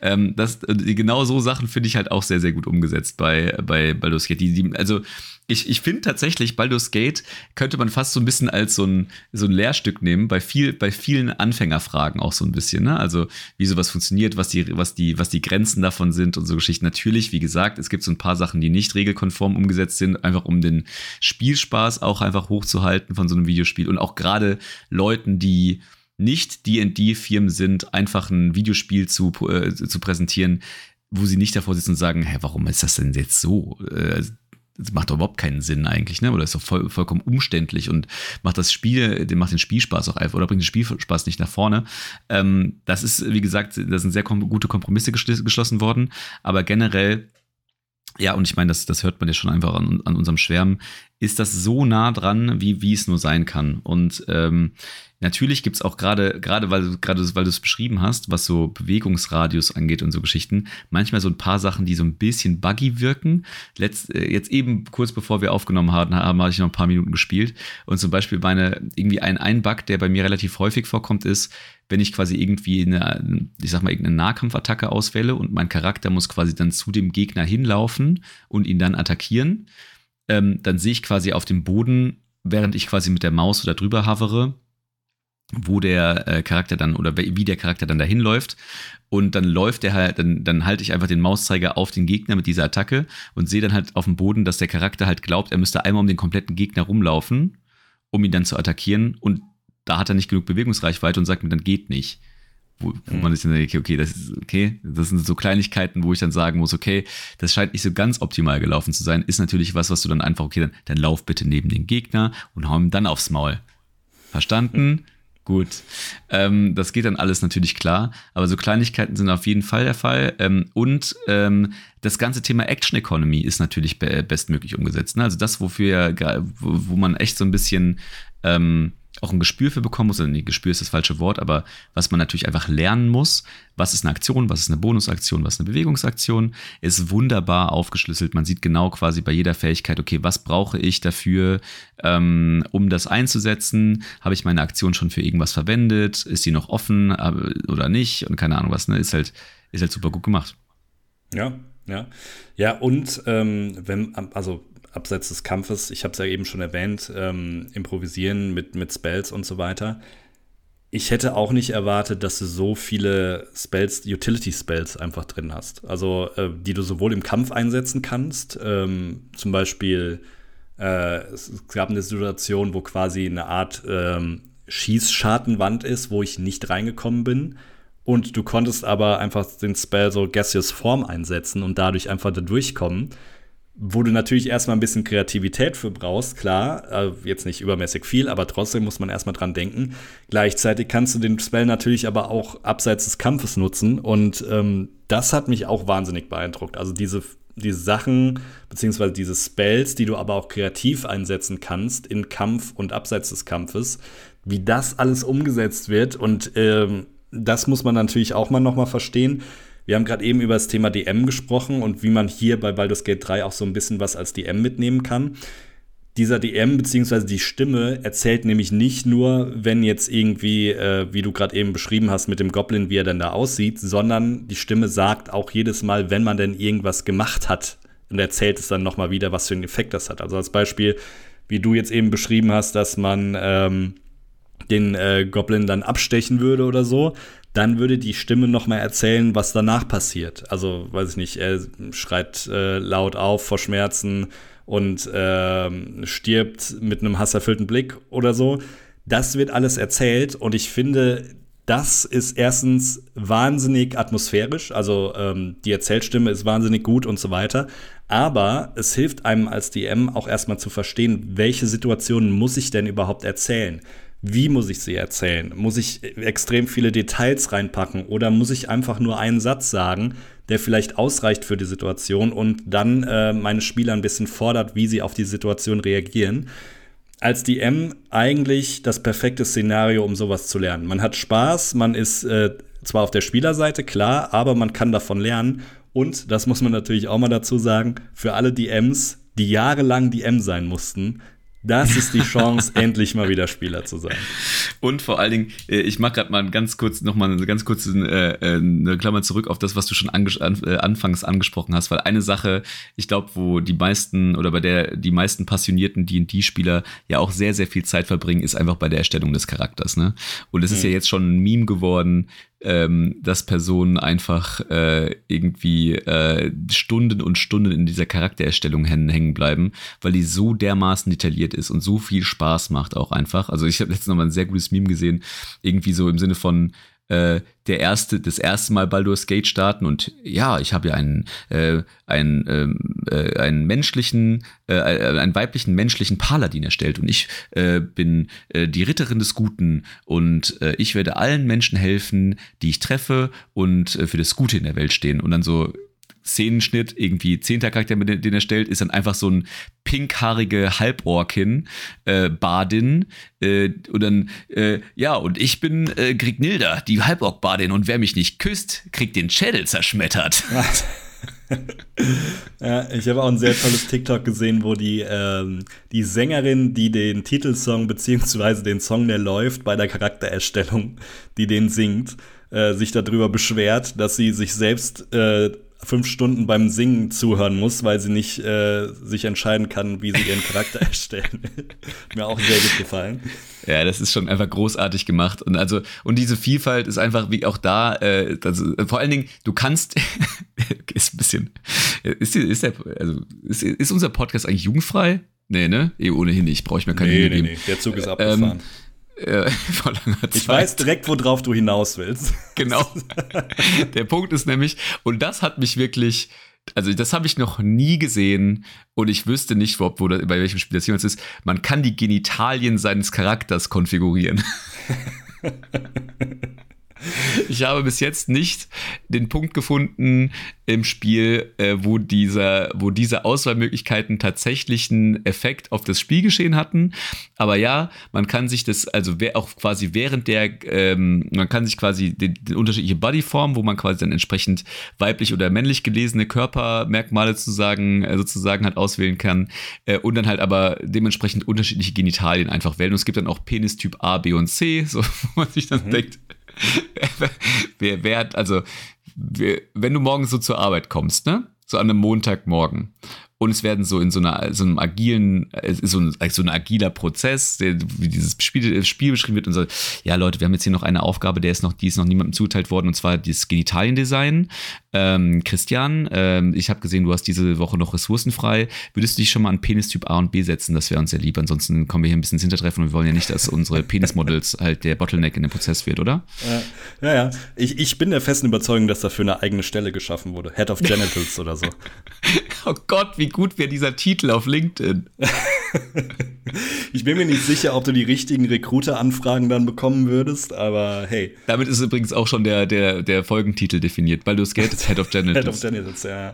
Genau so Sachen finde ich halt auch sehr, sehr gut umgesetzt bei Baldur's Gate. Also ich finde tatsächlich, Baldur's Gate könnte man fast so ein bisschen als so ein Lehrstück nehmen, bei vielen Anfängerfragen auch so ein bisschen, ne? Also wie sowas funktioniert, was die Grenzen davon sind und so Geschichten. Natürlich, wie gesagt, es gibt so ein paar Sachen, die nicht regelkonform umgesetzt sind, einfach um den Spielspaß auch einfach hochzuhalten von so einem Videospiel und auch gerade Leuten, die nicht D&D-Firmen sind, einfach ein Videospiel zu präsentieren, wo sie nicht davor sitzen und sagen, hä, warum ist das denn jetzt so? Das macht doch überhaupt keinen Sinn eigentlich, ne? Oder ist doch vollkommen umständlich und macht den Spielspaß auch einfach oder bringt den Spielspaß nicht nach vorne. Das ist, wie gesagt, da sind sehr gute Kompromisse geschlossen worden, aber generell, ja, und ich meine, das hört man ja schon einfach an unserem Schwärmen, ist das so nah dran, wie es nur sein kann. Und natürlich gibt es auch gerade weil du es beschrieben hast, was so Bewegungsradius angeht und so Geschichten, manchmal so ein paar Sachen, die so ein bisschen buggy wirken. Jetzt eben kurz bevor wir aufgenommen habe ich noch ein paar Minuten gespielt. Und zum Beispiel ein Bug, der bei mir relativ häufig vorkommt, ist, wenn ich quasi irgendwie irgendeine Nahkampfattacke auswähle und mein Charakter muss quasi dann zu dem Gegner hinlaufen und ihn dann attackieren, dann sehe ich quasi auf dem Boden, während ich quasi mit der Maus oder drüber hovere, wo der Charakter dann oder wie der Charakter dann dahin läuft und dann läuft der halt, dann halte ich einfach den Mauszeiger auf den Gegner mit dieser Attacke und sehe dann halt auf dem Boden, dass der Charakter halt glaubt, er müsste einmal um den kompletten Gegner rumlaufen, um ihn dann zu attackieren und da hat er nicht genug Bewegungsreichweite und sagt mir, dann geht nicht. Wo man sich dann denkt, okay, das sind so Kleinigkeiten, wo ich dann sagen muss, okay, das scheint nicht so ganz optimal gelaufen zu sein, ist natürlich was du dann einfach, okay, dann lauf bitte neben den Gegner und hau ihm dann aufs Maul. Verstanden? Gut. Das geht dann alles natürlich klar, aber so Kleinigkeiten sind auf jeden Fall der Fall. Und das ganze Thema Action Economy ist natürlich bestmöglich umgesetzt. Ne? Also das, wo man echt so ein bisschen auch ein Gespür für bekommen muss, also nee, Gespür ist das falsche Wort, aber was man natürlich einfach lernen muss, was ist eine Aktion, was ist eine Bonusaktion, was ist eine Bewegungsaktion, ist wunderbar aufgeschlüsselt. Man sieht genau quasi bei jeder Fähigkeit, okay, was brauche ich dafür, um das einzusetzen? Habe ich meine Aktion schon für irgendwas verwendet? Ist sie noch offen oder nicht? Und keine Ahnung was, ne? Ist halt super gut gemacht. Ja. Und abseits des Kampfes, ich habe es ja eben schon erwähnt, improvisieren mit Spells und so weiter. Ich hätte auch nicht erwartet, dass du so viele Spells, Utility-Spells einfach drin hast. Also, die du sowohl im Kampf einsetzen kannst, zum Beispiel, es gab eine Situation, wo quasi eine Art Schießschartenwand ist, wo ich nicht reingekommen bin. Und du konntest aber einfach den Spell so Gaseous Form einsetzen und dadurch einfach da durchkommen. Wo du natürlich erstmal ein bisschen Kreativität für brauchst, klar, jetzt nicht übermäßig viel, aber trotzdem muss man erstmal dran denken. Gleichzeitig kannst du den Spell natürlich aber auch abseits des Kampfes nutzen und das hat mich auch wahnsinnig beeindruckt. Also diese Sachen, beziehungsweise diese Spells, die du aber auch kreativ einsetzen kannst in Kampf und abseits des Kampfes, wie das alles umgesetzt wird und das muss man natürlich auch mal nochmal verstehen. Wir haben gerade eben über das Thema DM gesprochen und wie man hier bei Baldur's Gate 3 auch so ein bisschen was als DM mitnehmen kann. Dieser DM bzw. die Stimme erzählt nämlich nicht nur, wenn jetzt irgendwie, wie du gerade eben beschrieben hast mit dem Goblin, wie er denn da aussieht, sondern die Stimme sagt auch jedes Mal, wenn man denn irgendwas gemacht hat und erzählt es dann nochmal wieder, was für einen Effekt das hat. Also als Beispiel, wie du jetzt eben beschrieben hast, dass man den Goblin dann abstechen würde oder so, dann würde die Stimme noch mal erzählen, was danach passiert. Also, weiß ich nicht, er schreit laut auf vor Schmerzen und stirbt mit einem hasserfüllten Blick oder so. Das wird alles erzählt und ich finde, das ist erstens wahnsinnig atmosphärisch, also die Erzählstimme ist wahnsinnig gut und so weiter. Aber es hilft einem als DM auch erstmal zu verstehen, welche Situationen muss ich denn überhaupt erzählen? Wie muss ich sie erzählen? Muss ich extrem viele Details reinpacken oder muss ich einfach nur einen Satz sagen, der vielleicht ausreicht für die Situation und dann meine Spieler ein bisschen fordert, wie sie auf die Situation reagieren? Als DM eigentlich das perfekte Szenario, um sowas zu lernen. Man hat Spaß, man ist zwar auf der Spielerseite, klar, aber man kann davon lernen. Und, das muss man natürlich auch mal dazu sagen, für alle DMs, die jahrelang DM sein mussten, das ist die Chance, endlich mal wieder Spieler zu sein. Und vor allen Dingen, ich mache gerade mal eine ganz kurze eine Klammer zurück auf das, was du schon anfangs angesprochen hast, weil eine Sache, ich glaube, wo die meisten oder bei der die meisten passionierten D&D-Spieler ja auch sehr, sehr viel Zeit verbringen, ist einfach bei der Erstellung des Charakters, ne? Und es ist ja jetzt schon ein Meme geworden, dass Personen einfach irgendwie Stunden und Stunden in dieser Charaktererstellung hängen bleiben, weil die so dermaßen detailliert ist und so viel Spaß macht auch einfach. Also ich habe letztens noch mal ein sehr gutes Meme gesehen, irgendwie so im Sinne von das erste Mal Baldur's Gate starten und ja, ich habe ja einen weiblichen menschlichen Paladin erstellt und ich bin die Ritterin des Guten und ich werde allen Menschen helfen, die ich treffe und für das Gute in der Welt stehen. Und dann so Szenenschnitt, irgendwie 10. Charakter, den er stellt, ist dann einfach so ein pinkhaarige Halborkin, Bardin, und dann, und ich bin Grignilda, die Halborg-Bardin, und wer mich nicht küsst, kriegt den Schädel zerschmettert. Ja, ich habe auch ein sehr tolles TikTok gesehen, wo die Sängerin, die den Titelsong beziehungsweise den Song, der läuft bei der Charaktererstellung, die den singt, sich darüber beschwert, dass sie sich selbst 5 Stunden beim Singen zuhören muss, weil sie nicht sich entscheiden kann, wie sie ihren Charakter erstellen. Mir auch sehr gut gefallen. Ja, das ist schon einfach großartig gemacht. Und diese Vielfalt ist einfach wie auch da, vor allen Dingen, du kannst, ist ein bisschen, ist unser Podcast eigentlich jugendfrei? Nee, ne? Ohnehin nicht, brauche ich mir keine Mühe geben. Nee, der Zug ist abgefahren. Vor langer Zeit. Ich weiß direkt, worauf du hinaus willst. Genau. Der Punkt ist nämlich, und das hat mich wirklich, also das habe ich noch nie gesehen und ich wüsste nicht, bei welchem Spiel das jemals ist, man kann die Genitalien seines Charakters konfigurieren. Ich habe bis jetzt nicht den Punkt gefunden im Spiel, wo diese Auswahlmöglichkeiten tatsächlich einen Effekt auf das Spielgeschehen hatten. Aber ja, man kann sich das, also auch quasi man kann sich quasi die unterschiedliche Bodyform, wo man quasi dann entsprechend weiblich oder männlich gelesene Körpermerkmale sozusagen halt auswählen kann und dann halt aber dementsprechend unterschiedliche Genitalien einfach wählen. Und es gibt dann auch Penistyp A, B und C, so wo man sich dann denkt, wenn du morgens so zur Arbeit kommst, ne? So an einem Montagmorgen. Und es werden so in so einem agilen, so ein agiler Prozess, wie dieses Spiel beschrieben wird und so, ja Leute, wir haben jetzt hier noch eine Aufgabe, die ist noch niemandem zugeteilt worden, und zwar das Genitaliendesign. Christian, ich habe gesehen, du hast diese Woche noch Ressourcen frei. Würdest du dich schon mal an Penistyp A und B setzen? Das wäre uns sehr lieb. Ansonsten kommen wir hier ein bisschen ins Hintertreffen und wir wollen ja nicht, dass unsere Penismodels halt der Bottleneck in dem Prozess wird, oder? Ja. Ich bin der festen Überzeugung, dass dafür eine eigene Stelle geschaffen wurde. Head of Genitals oder so. Oh Gott, wie gut wäre dieser Titel auf LinkedIn. Ich bin mir nicht sicher, ob du die richtigen Recruiter-Anfragen dann bekommen würdest, aber hey. Damit ist übrigens auch schon der Folgentitel definiert. Baldur's Gate ist Head of Genitals. Head of Genitals, ja.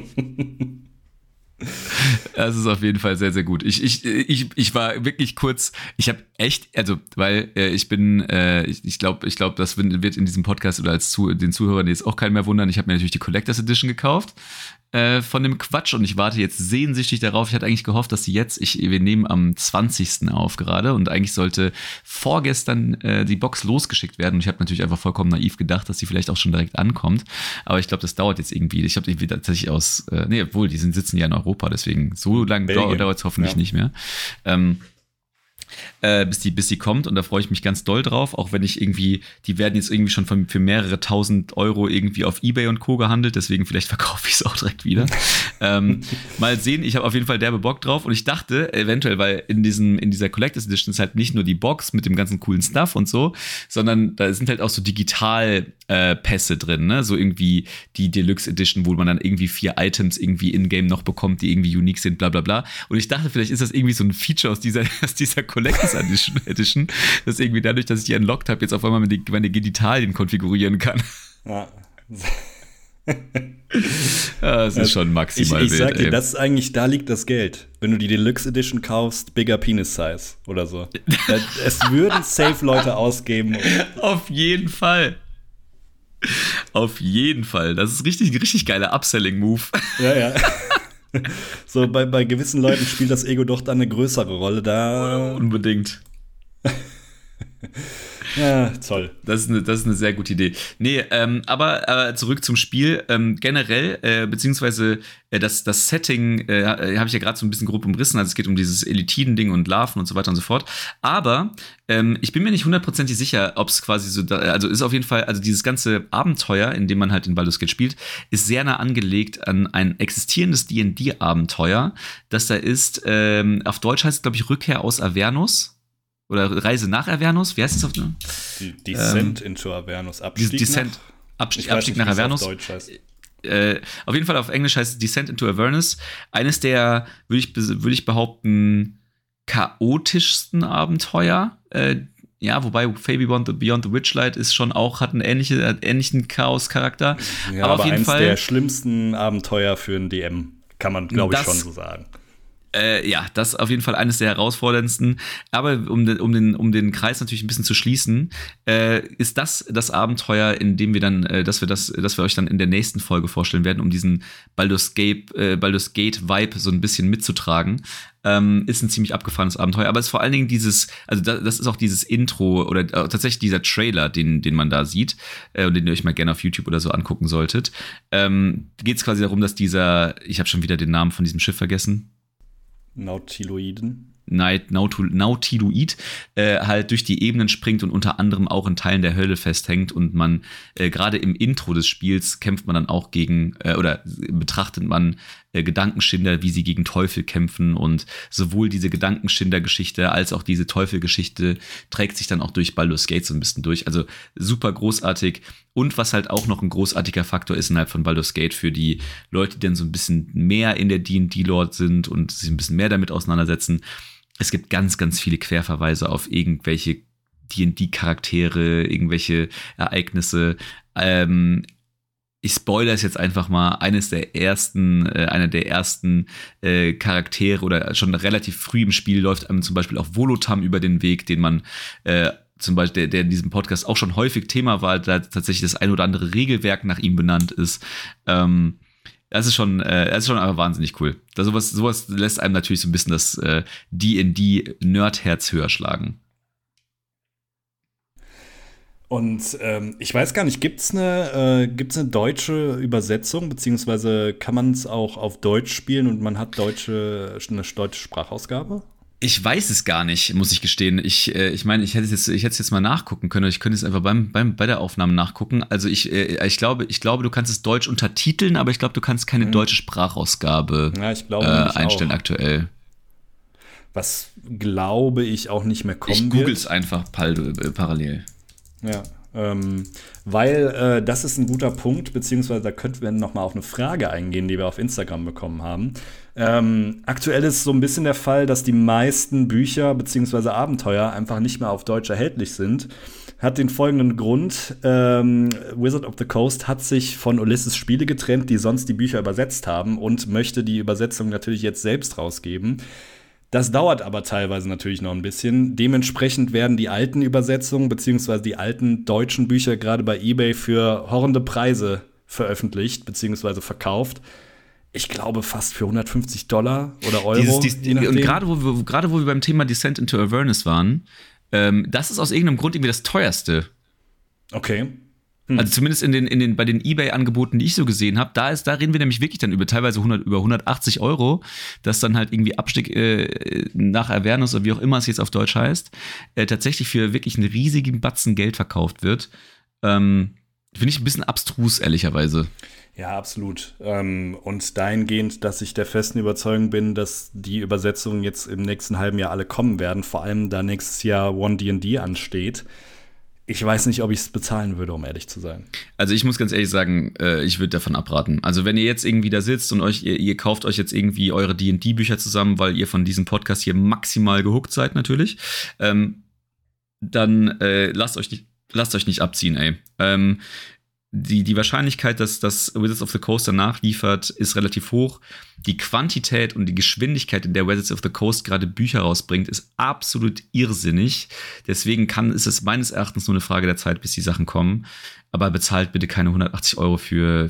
Das ist auf jeden Fall sehr, sehr gut. Ich war wirklich kurz, ich habe echt, also, weil ich glaube, das wird in diesem Podcast oder den Zuhörern jetzt auch keinen mehr wundern. Ich habe mir natürlich die Collectors Edition gekauft von dem Quatsch und ich warte jetzt sehnsüchtig darauf. Ich hatte eigentlich gehofft, dass wir nehmen am 20. auf gerade und eigentlich sollte vorgestern die Box losgeschickt werden und ich habe natürlich einfach vollkommen naiv gedacht, dass sie vielleicht auch schon direkt ankommt, aber ich glaube, das dauert jetzt irgendwie. Ich habe die tatsächlich die sitzen ja in Europa, deswegen so lange dauert es hoffentlich nicht mehr. Bis die kommt und da freue ich mich ganz doll drauf, auch wenn ich irgendwie, die werden jetzt irgendwie schon für mehrere 1000 Euro irgendwie auf eBay und Co. gehandelt, deswegen vielleicht verkaufe ich es auch direkt wieder. Mal sehen, ich habe auf jeden Fall derbe Bock drauf und ich dachte eventuell, weil in dieser Collectors Edition ist halt nicht nur die Box mit dem ganzen coolen Stuff und so, sondern da sind halt auch so Digital-Pässe drin, ne? So irgendwie die Deluxe Edition, wo man dann irgendwie 4 Items irgendwie in-game noch bekommt, die irgendwie unique sind, bla bla bla. Und ich dachte, vielleicht ist das irgendwie so ein Feature aus dieser Collectors Edition, dass irgendwie dadurch, dass ich die unlocked habe, jetzt auf einmal meine Genitalien konfigurieren kann. Ja. Das ist schon maximal wild. Ich sag dir, das ist eigentlich, da liegt das Geld. Wenn du die Deluxe Edition kaufst, bigger Penis Size oder so. Es würden safe Leute ausgeben. Auf jeden Fall. Auf jeden Fall. Das ist richtig, richtig geiler Upselling-Move. Ja. So, bei gewissen Leuten spielt das Ego doch dann eine größere Rolle. Da unbedingt. Ja, toll. Das ist eine sehr gute Idee. Nee, aber zurück zum Spiel. Generell, beziehungsweise das Setting habe ich ja gerade so ein bisschen grob umrissen. Also es geht um dieses Elitiden-Ding und Larven und so weiter und so fort. Aber ich bin mir nicht hundertprozentig sicher, ob es quasi so, also ist auf jeden Fall, also dieses ganze Abenteuer, in dem man halt in Baldur's Gate spielt, ist sehr nah angelegt an ein existierendes D&D-Abenteuer, das da ist, auf Deutsch heißt es, glaube ich, Rückkehr aus Avernus. Oder Reise nach Avernus, wie heißt das auf Descent into Avernus, Abstieg nach Avernus. Auf Deutsch heißt. Auf jeden Fall auf Englisch heißt es Descent into Avernus. Eines der, würde ich behaupten, chaotischsten Abenteuer. Ja, wobei Fey Beyond the Witchlight ist schon auch, hat einen ähnlichen Chaos-Charakter. Ja, aber auf jeden Fall der schlimmsten Abenteuer für einen DM, kann man, glaube ich, schon so sagen. Ja, das ist auf jeden Fall eines der herausforderndsten. Aber um den Kreis natürlich ein bisschen zu schließen, ist das Abenteuer, in dem wir dann, dass wir euch dann in der nächsten Folge vorstellen werden, um diesen Baldur's Gate Vibe so ein bisschen mitzutragen. Ist ein ziemlich abgefahrenes Abenteuer, aber es ist vor allen Dingen das ist auch dieses Intro oder tatsächlich dieser Trailer, den man da sieht, und den ihr euch mal gerne auf YouTube oder so angucken solltet. Geht es quasi darum, dass ich habe schon wieder den Namen von diesem Schiff vergessen. Nautiloid halt durch die Ebenen springt und unter anderem auch in Teilen der Hölle festhängt und man gerade im Intro des Spiels kämpft man dann auch gegen oder betrachtet man Gedankenschinder, wie sie gegen Teufel kämpfen, und sowohl diese Gedankenschinder-Geschichte als auch diese Teufel-Geschichte trägt sich dann auch durch Baldur's Gate so ein bisschen durch. Also super großartig. Und was halt auch noch ein großartiger Faktor ist innerhalb von Baldur's Gate für die Leute, die dann so ein bisschen mehr in der D&D-Lore sind und sich ein bisschen mehr damit auseinandersetzen: Es gibt ganz, ganz viele Querverweise auf irgendwelche D&D-Charaktere, irgendwelche Ereignisse. Ich spoilere es jetzt einfach mal. Einer der ersten Charaktere oder schon relativ früh im Spiel läuft einem zum Beispiel auch Volotam über den Weg, den man zum Beispiel, der in diesem Podcast auch schon häufig Thema war, da tatsächlich das ein oder andere Regelwerk nach ihm benannt ist. Das ist schon aber wahnsinnig cool. Sowas lässt einem natürlich so ein bisschen das D&D-Nerd-Herz höher schlagen. Und ich weiß gar nicht, gibt's eine deutsche Übersetzung, beziehungsweise kann man es auch auf Deutsch spielen und man hat eine deutsche Sprachausgabe? Ich weiß es gar nicht, muss ich gestehen. Ich meine, ich hätte es jetzt mal nachgucken können. Ich könnte es einfach bei der Aufnahme nachgucken. Also ich glaube, du kannst es deutsch untertiteln, aber ich glaube, du kannst keine deutsche Sprachausgabe einstellen auch aktuell. Was, glaube ich, auch nicht mehr kommen wird. Ich google es einfach parallel. Ja, weil das ist ein guter Punkt, beziehungsweise da könnten wir noch mal auf eine Frage eingehen, die wir auf Instagram bekommen haben. Aktuell ist so ein bisschen der Fall, dass die meisten Bücher beziehungsweise Abenteuer einfach nicht mehr auf Deutsch erhältlich sind. Hat den folgenden Grund: Wizard of the Coast hat sich von Ulysses Spiele getrennt, die sonst die Bücher übersetzt haben, und möchte die Übersetzung natürlich jetzt selbst rausgeben. Das dauert aber teilweise natürlich noch ein bisschen. Dementsprechend werden die alten Übersetzungen beziehungsweise die alten deutschen Bücher gerade bei eBay für horrende Preise veröffentlicht beziehungsweise verkauft. Ich glaube fast für $150 oder Euro. Und gerade wo wir beim Thema Descent into Avernus waren, das ist aus irgendeinem Grund irgendwie das teuerste. Okay. Also zumindest bei den eBay-Angeboten, die ich so gesehen habe, da reden wir nämlich wirklich dann über teilweise über 180 €, das dann halt irgendwie Abstieg nach Avernus oder wie auch immer es jetzt auf Deutsch heißt, tatsächlich für wirklich einen riesigen Batzen Geld verkauft wird. Finde ich ein bisschen abstrus, ehrlicherweise. Ja, absolut. Und dahingehend, dass ich der festen Überzeugung bin, dass die Übersetzungen jetzt im nächsten halben Jahr alle kommen werden, vor allem da nächstes Jahr One D&D ansteht. Ich weiß nicht, ob ich es bezahlen würde, um ehrlich zu sein. Also ich muss ganz ehrlich sagen, ich würde davon abraten. Also wenn ihr jetzt irgendwie da sitzt und ihr kauft euch jetzt irgendwie eure D&D-Bücher zusammen, weil ihr von diesem Podcast hier maximal gehuckt seid natürlich, dann lasst euch nicht abziehen, ey. die Wahrscheinlichkeit, dass das Wizards of the Coast danach liefert, ist relativ hoch. Die Quantität und die Geschwindigkeit, in der Wizards of the Coast gerade Bücher rausbringt, ist absolut irrsinnig. Deswegen ist es meines Erachtens nur eine Frage der Zeit, bis die Sachen kommen. Aber bezahlt bitte keine 180 Euro für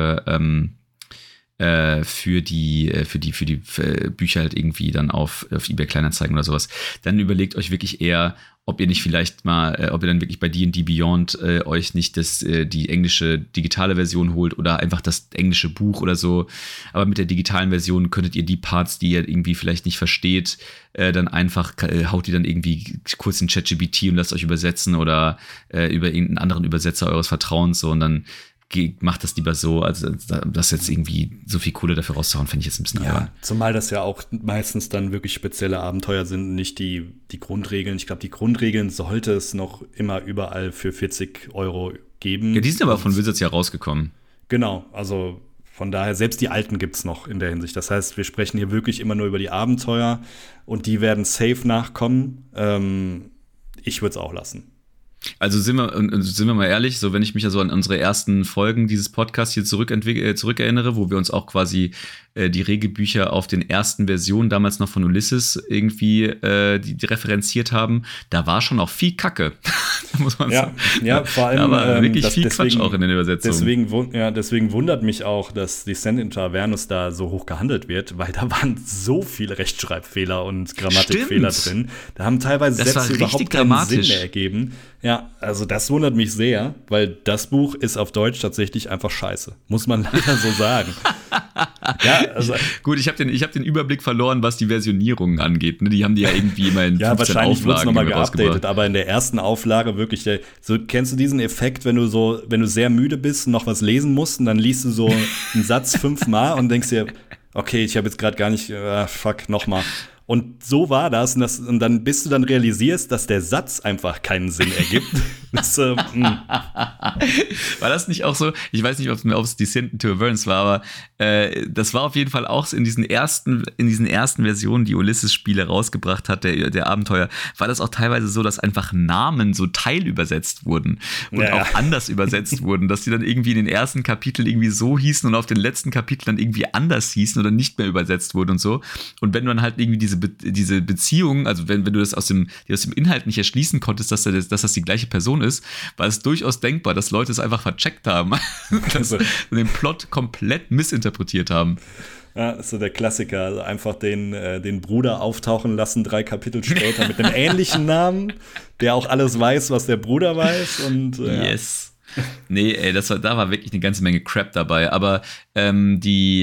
die Bücher halt irgendwie dann auf eBay Kleinanzeigen oder sowas. Dann überlegt euch wirklich eher, ob ihr nicht vielleicht mal, ob ihr dann wirklich bei D&D Beyond euch nicht die englische digitale Version holt oder einfach das englische Buch oder so. Aber mit der digitalen Version könntet ihr die Parts, die ihr irgendwie vielleicht nicht versteht, dann einfach haut die dann irgendwie kurz in ChatGPT und lasst euch übersetzen oder über irgendeinen anderen Übersetzer eures Vertrauens so und dann macht das lieber so, also das jetzt irgendwie so viel Kohle dafür rauszuhauen, finde ich jetzt ein bisschen albern. Zumal das ja auch meistens dann wirklich spezielle Abenteuer sind, nicht die Grundregeln. Ich glaube, die Grundregeln sollte es noch immer überall für 40 Euro geben. Ja, die sind aber von Wizards ja rausgekommen. Genau, also von daher, selbst die alten gibt es noch in der Hinsicht. Das heißt, wir sprechen hier wirklich immer nur über die Abenteuer und die werden safe nachkommen. Ich würde es auch lassen. Also sind wir mal ehrlich, so wenn ich mich also an unsere ersten Folgen dieses Podcasts hier zurückerinnere, wo wir uns auch quasi die Regelbücher auf den ersten Versionen damals noch von Ulysses irgendwie die referenziert haben, da war schon auch viel Kacke, muss man sagen. Ja, vor allem da war wirklich viel Quatsch auch in den Übersetzungen. Deswegen wundert mich auch, dass Descent into Avernus da so hoch gehandelt wird, weil da waren so viele Rechtschreibfehler und Grammatikfehler drin. Da haben teilweise Sätze überhaupt keinen Sinn mehr ergeben. Ja, also das wundert mich sehr, weil das Buch ist auf Deutsch tatsächlich einfach scheiße. Muss man leider so sagen. Ja, also gut, ich hab den Überblick verloren, was die Versionierungen angeht. Ne? Die haben die ja irgendwie immer in 15 wahrscheinlich wird es nochmal geupdatet, rausgebracht. Aber in der ersten Auflage wirklich, kennst du diesen Effekt, wenn du sehr müde bist und noch was lesen musst und dann liest du so einen Satz 5-mal und denkst dir, okay, ich habe jetzt gerade gar nicht, nochmal. Und so war das. Und dann, bis du dann realisierst, dass der Satz einfach keinen Sinn ergibt. War das nicht auch so? Ich weiß nicht, ob es Descent into Avernus war, aber das war auf jeden Fall auch so in diesen ersten Versionen, die Ulysses-Spiele rausgebracht hat, der Abenteuer, war das auch teilweise so, dass einfach Namen so teilübersetzt wurden und auch anders übersetzt wurden, dass die dann irgendwie in den ersten Kapiteln irgendwie so hießen und auf den letzten Kapiteln dann irgendwie anders hießen oder nicht mehr übersetzt wurden und so. Und wenn du dann halt irgendwie diese Beziehung, also wenn du das aus dem Inhalt nicht erschließen konntest, dass das die gleiche Person ist, war es durchaus denkbar, dass Leute es einfach vercheckt haben, dass sie den Plot komplett missinterpretiert haben. Ja, ist so der Klassiker, also einfach den Bruder auftauchen lassen, 3 Kapitel später mit einem ähnlichen Namen, der auch alles weiß, was der Bruder weiß und yes. Nee, ey, da war wirklich eine ganze Menge Crap dabei. Aber aber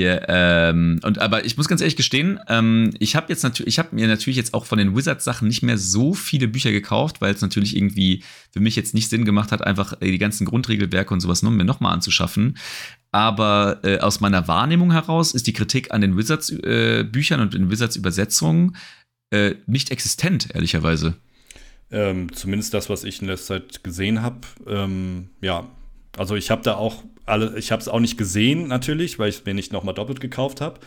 ich muss ganz ehrlich gestehen, ich habe mir natürlich jetzt auch von den Wizards-Sachen nicht mehr so viele Bücher gekauft, weil es natürlich irgendwie für mich jetzt nicht Sinn gemacht hat, einfach die ganzen Grundregelwerke und sowas mir nochmal anzuschaffen. Aber aus meiner Wahrnehmung heraus ist die Kritik an den Wizards-Büchern und den Wizards-Übersetzungen nicht existent, ehrlicherweise. Zumindest das, was ich in der Zeit gesehen habe. Also ich habe ich habe es auch nicht gesehen natürlich, weil ich es mir nicht nochmal doppelt gekauft habe.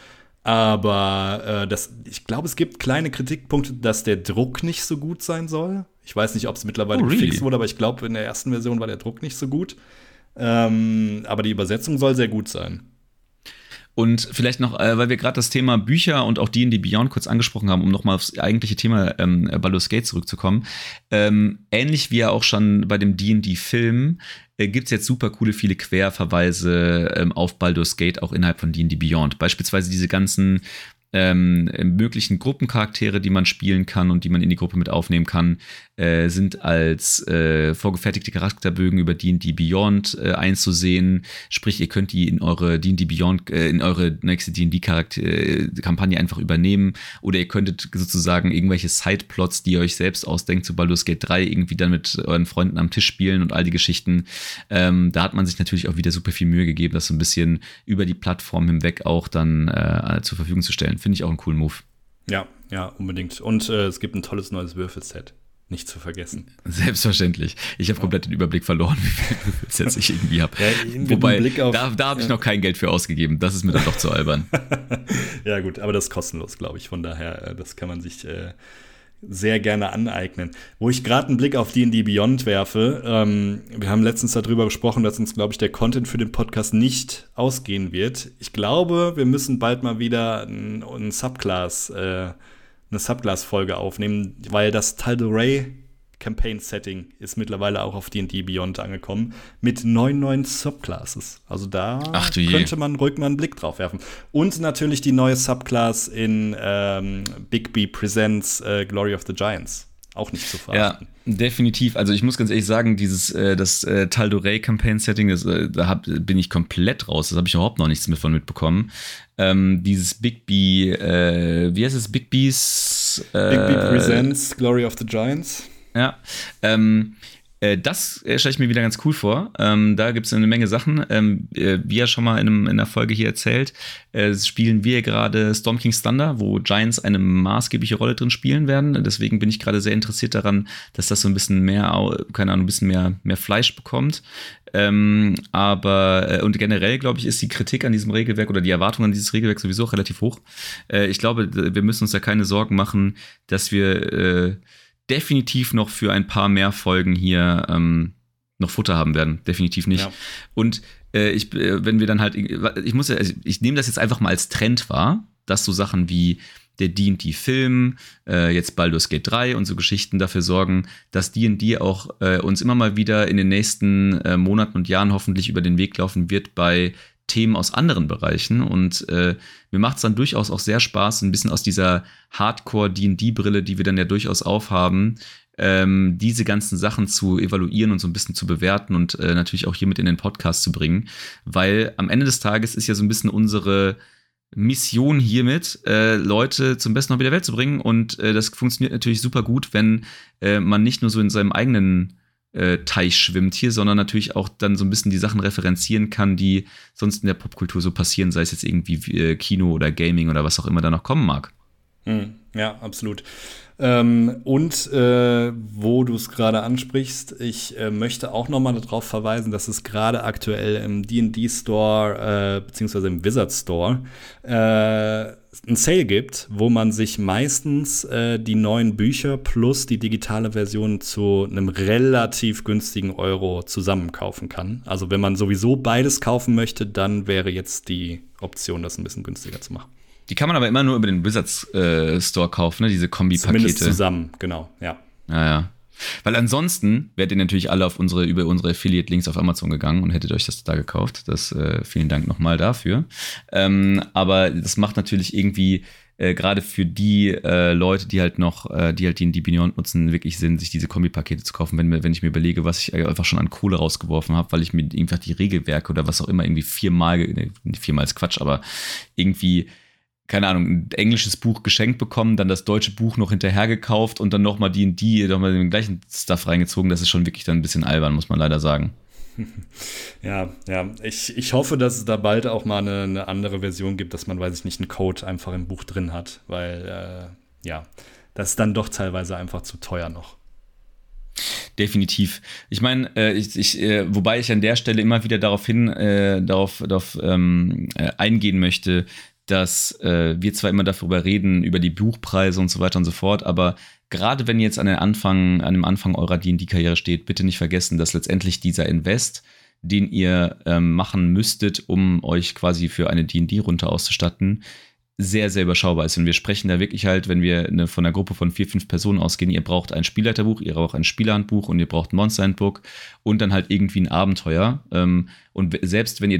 Aber ich glaube, es gibt kleine Kritikpunkte, dass der Druck nicht so gut sein soll. Ich weiß nicht, ob es mittlerweile gefixt wurde, aber ich glaube, in der ersten Version war der Druck nicht so gut. Aber die Übersetzung soll sehr gut sein. Und vielleicht noch, weil wir gerade das Thema Bücher und auch D&D Beyond kurz angesprochen haben, um nochmal aufs eigentliche Thema Baldur's Gate zurückzukommen. Ähnlich wie ja auch schon bei dem D&D-Film gibt es jetzt super coole viele Querverweise auf Baldur's Gate auch innerhalb von D&D Beyond. Beispielsweise diese ganzen möglichen Gruppencharaktere, die man spielen kann und die man in die Gruppe mit aufnehmen kann, sind als vorgefertigte Charakterbögen über D&D Beyond einzusehen. Sprich, ihr könnt die in eure D&D Beyond, in eure nächste D&D-Kampagne einfach übernehmen. Oder ihr könntet sozusagen irgendwelche Sideplots, die ihr euch selbst ausdenkt, zu Baldur's Gate 3 irgendwie dann mit euren Freunden am Tisch spielen und all die Geschichten. Da hat man sich natürlich auch wieder super viel Mühe gegeben, das so ein bisschen über die Plattform hinweg auch dann zur Verfügung zu stellen. Finde ich auch einen coolen Move. Ja, unbedingt. Und es gibt ein tolles neues Würfelset. Nicht zu vergessen. Selbstverständlich. Ich habe komplett den Überblick verloren, wie viele Würfelsets ich irgendwie habe. Ja, wobei, da habe ich noch kein Geld für ausgegeben. Das ist mir dann doch zu albern. Ja gut, aber das ist kostenlos, glaube ich. Von daher, das kann man sich sehr gerne aneignen. Wo ich gerade einen Blick auf D&D Beyond werfe, wir haben letztens darüber gesprochen, dass uns, glaube ich, der Content für den Podcast nicht ausgehen wird. Ich glaube, wir müssen bald mal wieder eine Subclass-Folge aufnehmen, weil das Tal'Dorei Campaign-Setting ist mittlerweile auch auf D&D Beyond angekommen, mit 9 neuen Subclasses. Also da könnte man ruhig mal einen Blick drauf werfen. Und natürlich die neue Subclass in Bigby Presents Glory of the Giants. Auch nicht zu verachten. Ja, definitiv. Also ich muss ganz ehrlich sagen, das Tal'Dorei Campaign-Setting, bin ich komplett raus. Das habe ich überhaupt noch nichts davon mitbekommen. Dieses Bigby, wie heißt es? Bigby Presents Glory of the Giants. Ja, das stelle ich mir wieder ganz cool vor. Da gibt es eine Menge Sachen. Wie ja schon mal in der Folge hier erzählt, spielen wir gerade Storm King's Thunder, wo Giants eine maßgebliche Rolle drin spielen werden. Deswegen bin ich gerade sehr interessiert daran, dass das so ein bisschen mehr, keine Ahnung, ein bisschen mehr Fleisch bekommt. Aber und generell, glaube ich, ist die Kritik an diesem Regelwerk oder die Erwartung an dieses Regelwerk sowieso relativ hoch. Ich glaube, wir müssen uns da keine Sorgen machen, dass wir definitiv noch für ein paar mehr Folgen hier noch Futter haben werden. Definitiv nicht. Ja. Und wenn wir dann halt, ich nehme das jetzt einfach mal als Trend wahr, dass so Sachen wie der D&D-Film, jetzt Baldur's Gate 3 und so Geschichten dafür sorgen, dass D&D auch uns immer mal wieder in den nächsten Monaten und Jahren hoffentlich über den Weg laufen wird bei Themen aus anderen Bereichen. Und mir macht es dann durchaus auch sehr Spaß, ein bisschen aus dieser Hardcore-D&D-Brille, die wir dann ja durchaus aufhaben, diese ganzen Sachen zu evaluieren und so ein bisschen zu bewerten und natürlich auch hier mit in den Podcast zu bringen. Weil am Ende des Tages ist ja so ein bisschen unsere Mission hiermit, Leute zum besten Hobby der Welt zu bringen. Und das funktioniert natürlich super gut, wenn man nicht nur so in seinem eigenen Teich schwimmt hier, sondern natürlich auch dann so ein bisschen die Sachen referenzieren kann, die sonst in der Popkultur so passieren, sei es jetzt irgendwie Kino oder Gaming oder was auch immer da noch kommen mag. Ja, absolut. Und wo du es gerade ansprichst, ich möchte auch noch mal darauf verweisen, dass es gerade aktuell im D&D Store beziehungsweise im Wizard Store ein Sale gibt, wo man sich meistens die neuen Bücher plus die digitale Version zu einem relativ günstigen Euro zusammenkaufen kann. Also wenn man sowieso beides kaufen möchte, dann wäre jetzt die Option, das ein bisschen günstiger zu machen. Die kann man aber immer nur über den Wizards Store kaufen, ne? Diese Kombi-Pakete. Zumindest zusammen, genau, ja. Ja. Weil ansonsten wärt ihr natürlich alle über unsere Affiliate-Links auf Amazon gegangen und hättet euch das da gekauft. Vielen Dank nochmal dafür. Aber das macht natürlich irgendwie gerade für die Leute, die halt die Beyond nutzen, wirklich Sinn, sich diese Kombi-Pakete zu kaufen, wenn ich mir überlege, was ich einfach schon an Kohle rausgeworfen habe, weil ich mir einfach die Regelwerke oder was auch immer irgendwie viermal ist Quatsch, aber irgendwie, keine Ahnung, ein englisches Buch geschenkt bekommen, dann das deutsche Buch noch hinterher gekauft und dann nochmal nochmal den gleichen Stuff reingezogen. Das ist schon wirklich dann ein bisschen albern, muss man leider sagen. Ja. Ich hoffe, dass es da bald auch mal eine andere Version gibt, dass man, weiß ich nicht, einen Code einfach im Buch drin hat, weil, das ist dann doch teilweise einfach zu teuer noch. Definitiv. Ich meine, wobei ich an der Stelle immer wieder darauf eingehen möchte, dass wir zwar immer darüber reden, über die Buchpreise und so weiter und so fort, aber gerade wenn ihr jetzt an dem Anfang eurer D&D-Karriere steht, bitte nicht vergessen, dass letztendlich dieser Invest, den ihr machen müsstet, um euch quasi für eine D&D-Runde auszustatten, sehr, sehr überschaubar ist. Und wir sprechen da wirklich halt, wenn wir von einer Gruppe von 4-5 Personen ausgehen, ihr braucht ein Spielleiterbuch, ihr braucht ein Spielerhandbuch und ihr braucht ein Monster-Handbook und dann halt irgendwie ein Abenteuer. Und selbst wenn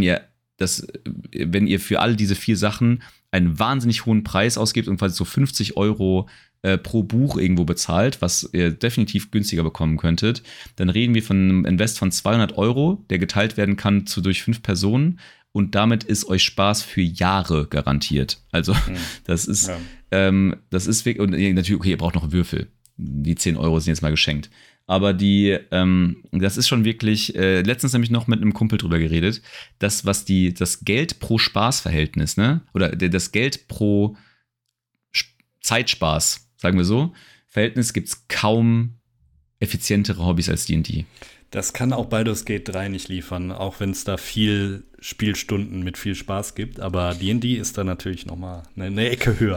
ihr für all diese 4 Sachen einen wahnsinnig hohen Preis ausgibt und quasi so 50 € pro Buch irgendwo bezahlt, was ihr definitiv günstiger bekommen könntet, dann reden wir von einem Invest von 200 €, der geteilt werden kann durch 5 Personen und damit ist euch Spaß für Jahre garantiert. Also das ist wirklich, und natürlich, okay, ihr braucht noch Würfel. Die 10 € sind jetzt mal geschenkt. Aber das ist schon wirklich, letztens nämlich noch mit einem Kumpel drüber geredet, das Geld pro Spaßverhältnis, ne? Oder das Geld pro Zeitspaß, sagen wir so, Verhältnis gibt es kaum effizientere Hobbys als D&D. Das kann auch Baldur's Gate 3 nicht liefern, auch wenn es da viel Spielstunden mit viel Spaß gibt. Aber D&D ist da natürlich noch mal eine Ecke höher.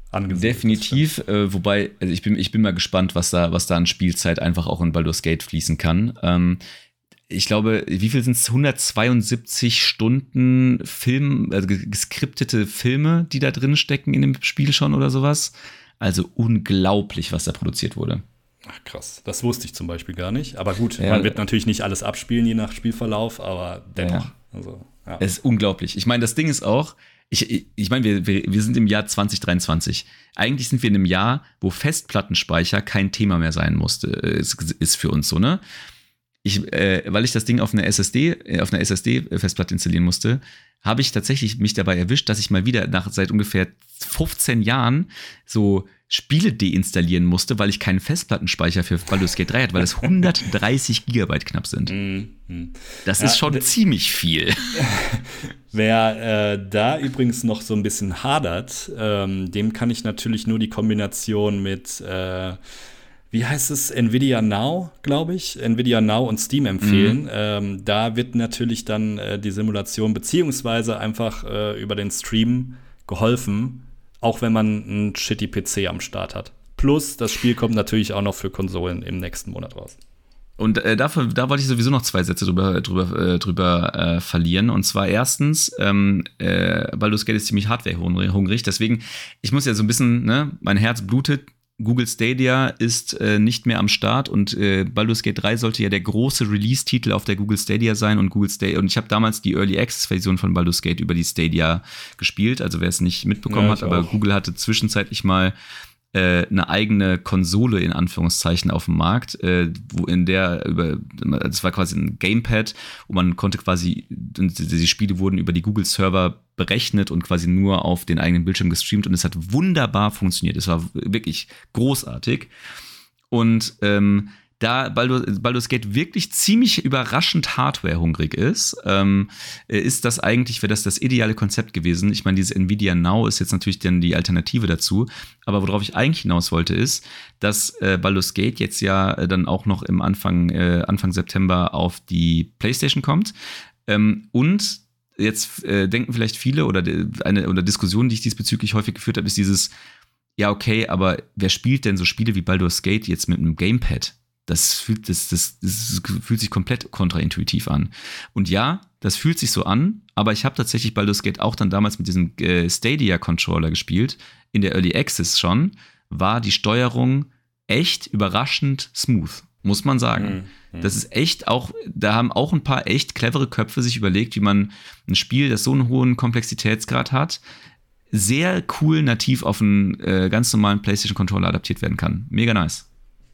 angesiedelt. Definitiv, wobei, also ich bin mal gespannt, was da an Spielzeit einfach auch in Baldur's Gate fließen kann. Ich glaube, wie viel sind es? 172 Stunden Film, also geskriptete Filme, die da drin stecken in dem Spiel schon oder sowas. Also unglaublich, was da produziert wurde. Ach krass, das wusste ich zum Beispiel gar nicht. Aber gut, man wird natürlich nicht alles abspielen, je nach Spielverlauf, aber dennoch. Ja. Also, ja. Es ist unglaublich. Ich meine, das Ding ist auch, ich meine, wir sind im Jahr 2023. Eigentlich sind wir in einem Jahr, wo Festplattenspeicher kein Thema mehr sein musste. Ist für uns so, ne? Weil ich das Ding auf einer SSD-Festplatte installieren musste, habe ich tatsächlich mich dabei erwischt, dass ich mal wieder seit ungefähr 15 Jahren so Spiele deinstallieren musste, weil ich keinen Festplattenspeicher für Baldur's Gate 3 hatte, weil es 130 Gigabyte knapp sind. Das ist schon ziemlich viel. Wer da übrigens noch so ein bisschen hadert, dem kann ich natürlich nur die Kombination mit wie heißt es? Nvidia Now, glaube ich. Nvidia Now und Steam empfehlen. Da wird natürlich dann die Simulation beziehungsweise einfach über den Stream geholfen, auch wenn man einen shitty PC am Start hat. Plus, das Spiel kommt natürlich auch noch für Konsolen im nächsten Monat raus. Und da wollte ich sowieso noch 2 Sätze drüber verlieren. Und zwar erstens, Baldur's Gate ist ziemlich hardwarehungrig. Deswegen, ich muss ja so ein bisschen, ne, mein Herz blutet. Google Stadia ist nicht mehr am Start und Baldur's Gate 3 sollte ja der große Release-Titel auf der Google Stadia sein und ich habe damals die Early Access-Version von Baldur's Gate über die Stadia gespielt, also wer es nicht mitbekommen hat, aber Google hatte zwischenzeitlich mal eine eigene Konsole in Anführungszeichen auf dem Markt, das war quasi ein Gamepad, wo man konnte quasi, die Spiele wurden über die Google-Server berechnet und quasi nur auf den eigenen Bildschirm gestreamt und es hat wunderbar funktioniert. Es war wirklich großartig. Und da Baldur's Gate wirklich ziemlich überraschend hardwarehungrig ist, ist das eigentlich, wäre das ideale Konzept gewesen. Ich meine, dieses Nvidia Now ist jetzt natürlich dann die Alternative dazu. Aber worauf ich eigentlich hinaus wollte, ist, dass Baldur's Gate jetzt ja dann auch noch im Anfang September auf die PlayStation kommt. Und jetzt denken vielleicht viele oder Diskussionen, die ich diesbezüglich häufig geführt habe, ist dieses, ja okay, aber wer spielt denn so Spiele wie Baldur's Gate jetzt mit einem Gamepad? Das fühlt sich komplett kontraintuitiv an. Und ja, das fühlt sich so an, aber ich habe tatsächlich Baldur's Gate auch dann damals mit diesem Stadia-Controller gespielt. In der Early Access schon war die Steuerung echt überraschend smooth, muss man sagen. Das ist echt auch, da haben auch ein paar echt clevere Köpfe sich überlegt, wie man ein Spiel, das so einen hohen Komplexitätsgrad hat, sehr cool nativ auf einen ganz normalen PlayStation-Controller adaptiert werden kann. Mega nice.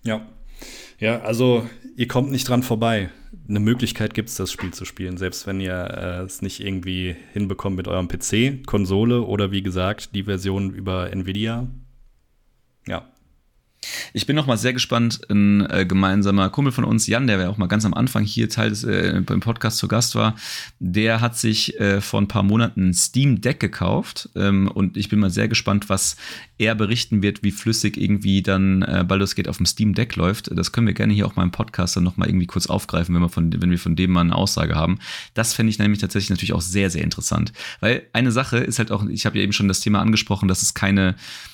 Ja, also ihr kommt nicht dran vorbei. Eine Möglichkeit gibt es, das Spiel zu spielen, selbst wenn ihr es nicht irgendwie hinbekommt mit eurem PC, Konsole oder wie gesagt, die Version über Nvidia. Ja. Ich bin noch mal sehr gespannt, ein gemeinsamer Kumpel von uns, Jan, der ja auch mal ganz am Anfang hier Teil des im Podcast zu Gast war, der hat sich vor ein paar Monaten ein Steam Deck gekauft und ich bin mal sehr gespannt, was er berichten wird, wie flüssig irgendwie dann Baldur's Gate auf dem Steam Deck läuft. Das können wir gerne hier auch mal im Podcast dann noch mal irgendwie kurz aufgreifen, wenn wir von dem mal eine Aussage haben. Das fände ich nämlich tatsächlich natürlich auch sehr, sehr interessant. Weil eine Sache ist halt auch, ich habe ja eben schon das Thema angesprochen, dass es keine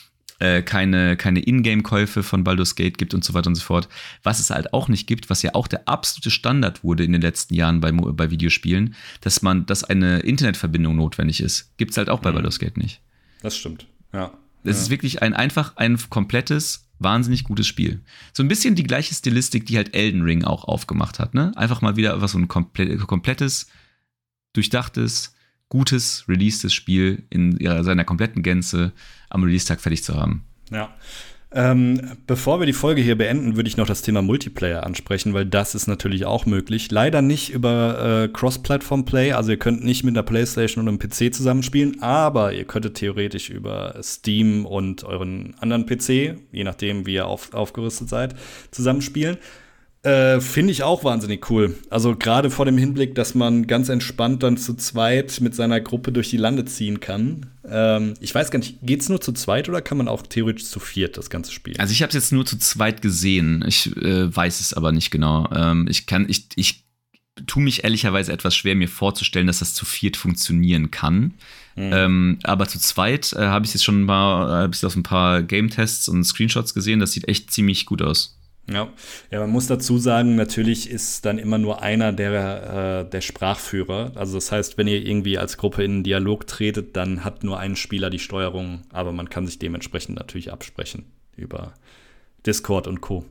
Ingame-Käufe von Baldur's Gate gibt und so weiter und so fort. Was es halt auch nicht gibt, was ja auch der absolute Standard wurde in den letzten Jahren bei Videospielen, dass eine Internetverbindung notwendig ist. Gibt es halt auch bei Baldur's Gate nicht. Das stimmt, ja. Es ist wirklich ein komplettes, wahnsinnig gutes Spiel. So ein bisschen die gleiche Stilistik, die halt Elden Ring auch aufgemacht hat, ne? Einfach mal wieder so ein komplettes, durchdachtes, gutes, releasedes Spiel in seiner kompletten Gänze am Release-Tag fertig zu haben. Ja. Bevor wir die Folge hier beenden, würde ich noch das Thema Multiplayer ansprechen, weil das ist natürlich auch möglich. Leider nicht über Cross-Platform-Play, also ihr könnt nicht mit einer PlayStation oder einem PC zusammenspielen, aber ihr könntet theoretisch über Steam und euren anderen PC, je nachdem wie ihr aufgerüstet seid, zusammenspielen. Finde ich auch wahnsinnig cool. Also gerade vor dem Hinblick, dass man ganz entspannt dann zu zweit mit seiner Gruppe durch die Lande ziehen kann. Ich weiß gar nicht, geht's nur zu zweit oder kann man auch theoretisch zu viert das Ganze spielen? Also ich habe es jetzt nur zu zweit gesehen. Ich weiß es aber nicht genau. Ich tue mich ehrlicherweise etwas schwer, mir vorzustellen, dass das zu viert funktionieren kann. Aber zu zweit habe ich jetzt schon aus ein paar Game-Tests und Screenshots gesehen. Das sieht echt ziemlich gut aus. Ja, man muss dazu sagen, natürlich ist dann immer nur einer der Sprachführer. Also das heißt, wenn ihr irgendwie als Gruppe in einen Dialog tretet, dann hat nur ein Spieler die Steuerung, aber man kann sich dementsprechend natürlich absprechen über Discord und Co.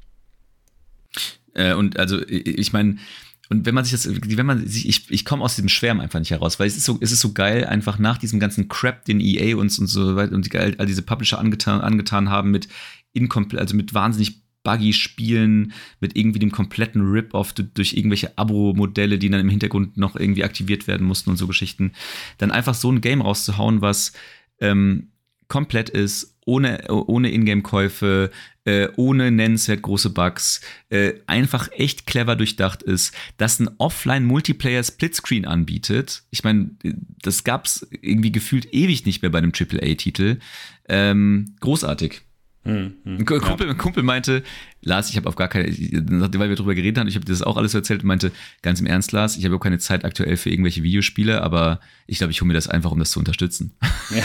Und also, ich meine, und ich komme aus diesem Schwärm einfach nicht heraus, weil es ist so geil, einfach nach diesem ganzen Crap, den EA uns und so weiter und all diese Publisher angetan haben mit wahnsinnig buggy Spielen, mit irgendwie dem kompletten Rip-Off durch irgendwelche Abo-Modelle, die dann im Hintergrund noch irgendwie aktiviert werden mussten und so Geschichten, dann einfach so ein Game rauszuhauen, was komplett ist, ohne Ingame-Käufe, ohne nennenswert große Bugs, einfach echt clever durchdacht ist, dass ein Offline-Multiplayer-Splitscreen anbietet. Ich meine, das gab's irgendwie gefühlt ewig nicht mehr bei einem AAA-Titel. Großartig. Ein Kumpel meinte, Lars, ich habe auf gar keine, weil wir drüber geredet haben, ich habe dir das auch alles erzählt und meinte, ganz im Ernst, Lars, ich habe auch keine Zeit aktuell für irgendwelche Videospiele, aber ich glaube, ich hole mir das einfach, um das zu unterstützen. Ja.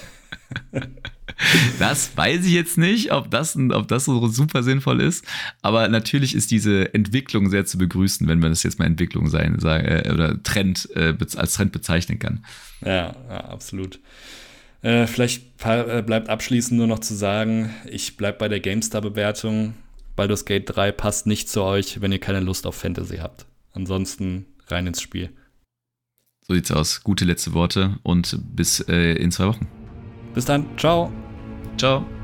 Das weiß ich jetzt nicht, ob das so super sinnvoll ist, aber natürlich ist diese Entwicklung sehr zu begrüßen, wenn man das jetzt mal Entwicklung oder Trend als Trend bezeichnen kann. Ja, absolut. Vielleicht bleibt abschließend nur noch zu sagen, ich bleibe bei der GameStar-Bewertung. Baldur's Gate 3 passt nicht zu euch, wenn ihr keine Lust auf Fantasy habt. Ansonsten rein ins Spiel. So sieht's aus. Gute letzte Worte und bis in 2 Wochen. Bis dann. Ciao. Ciao.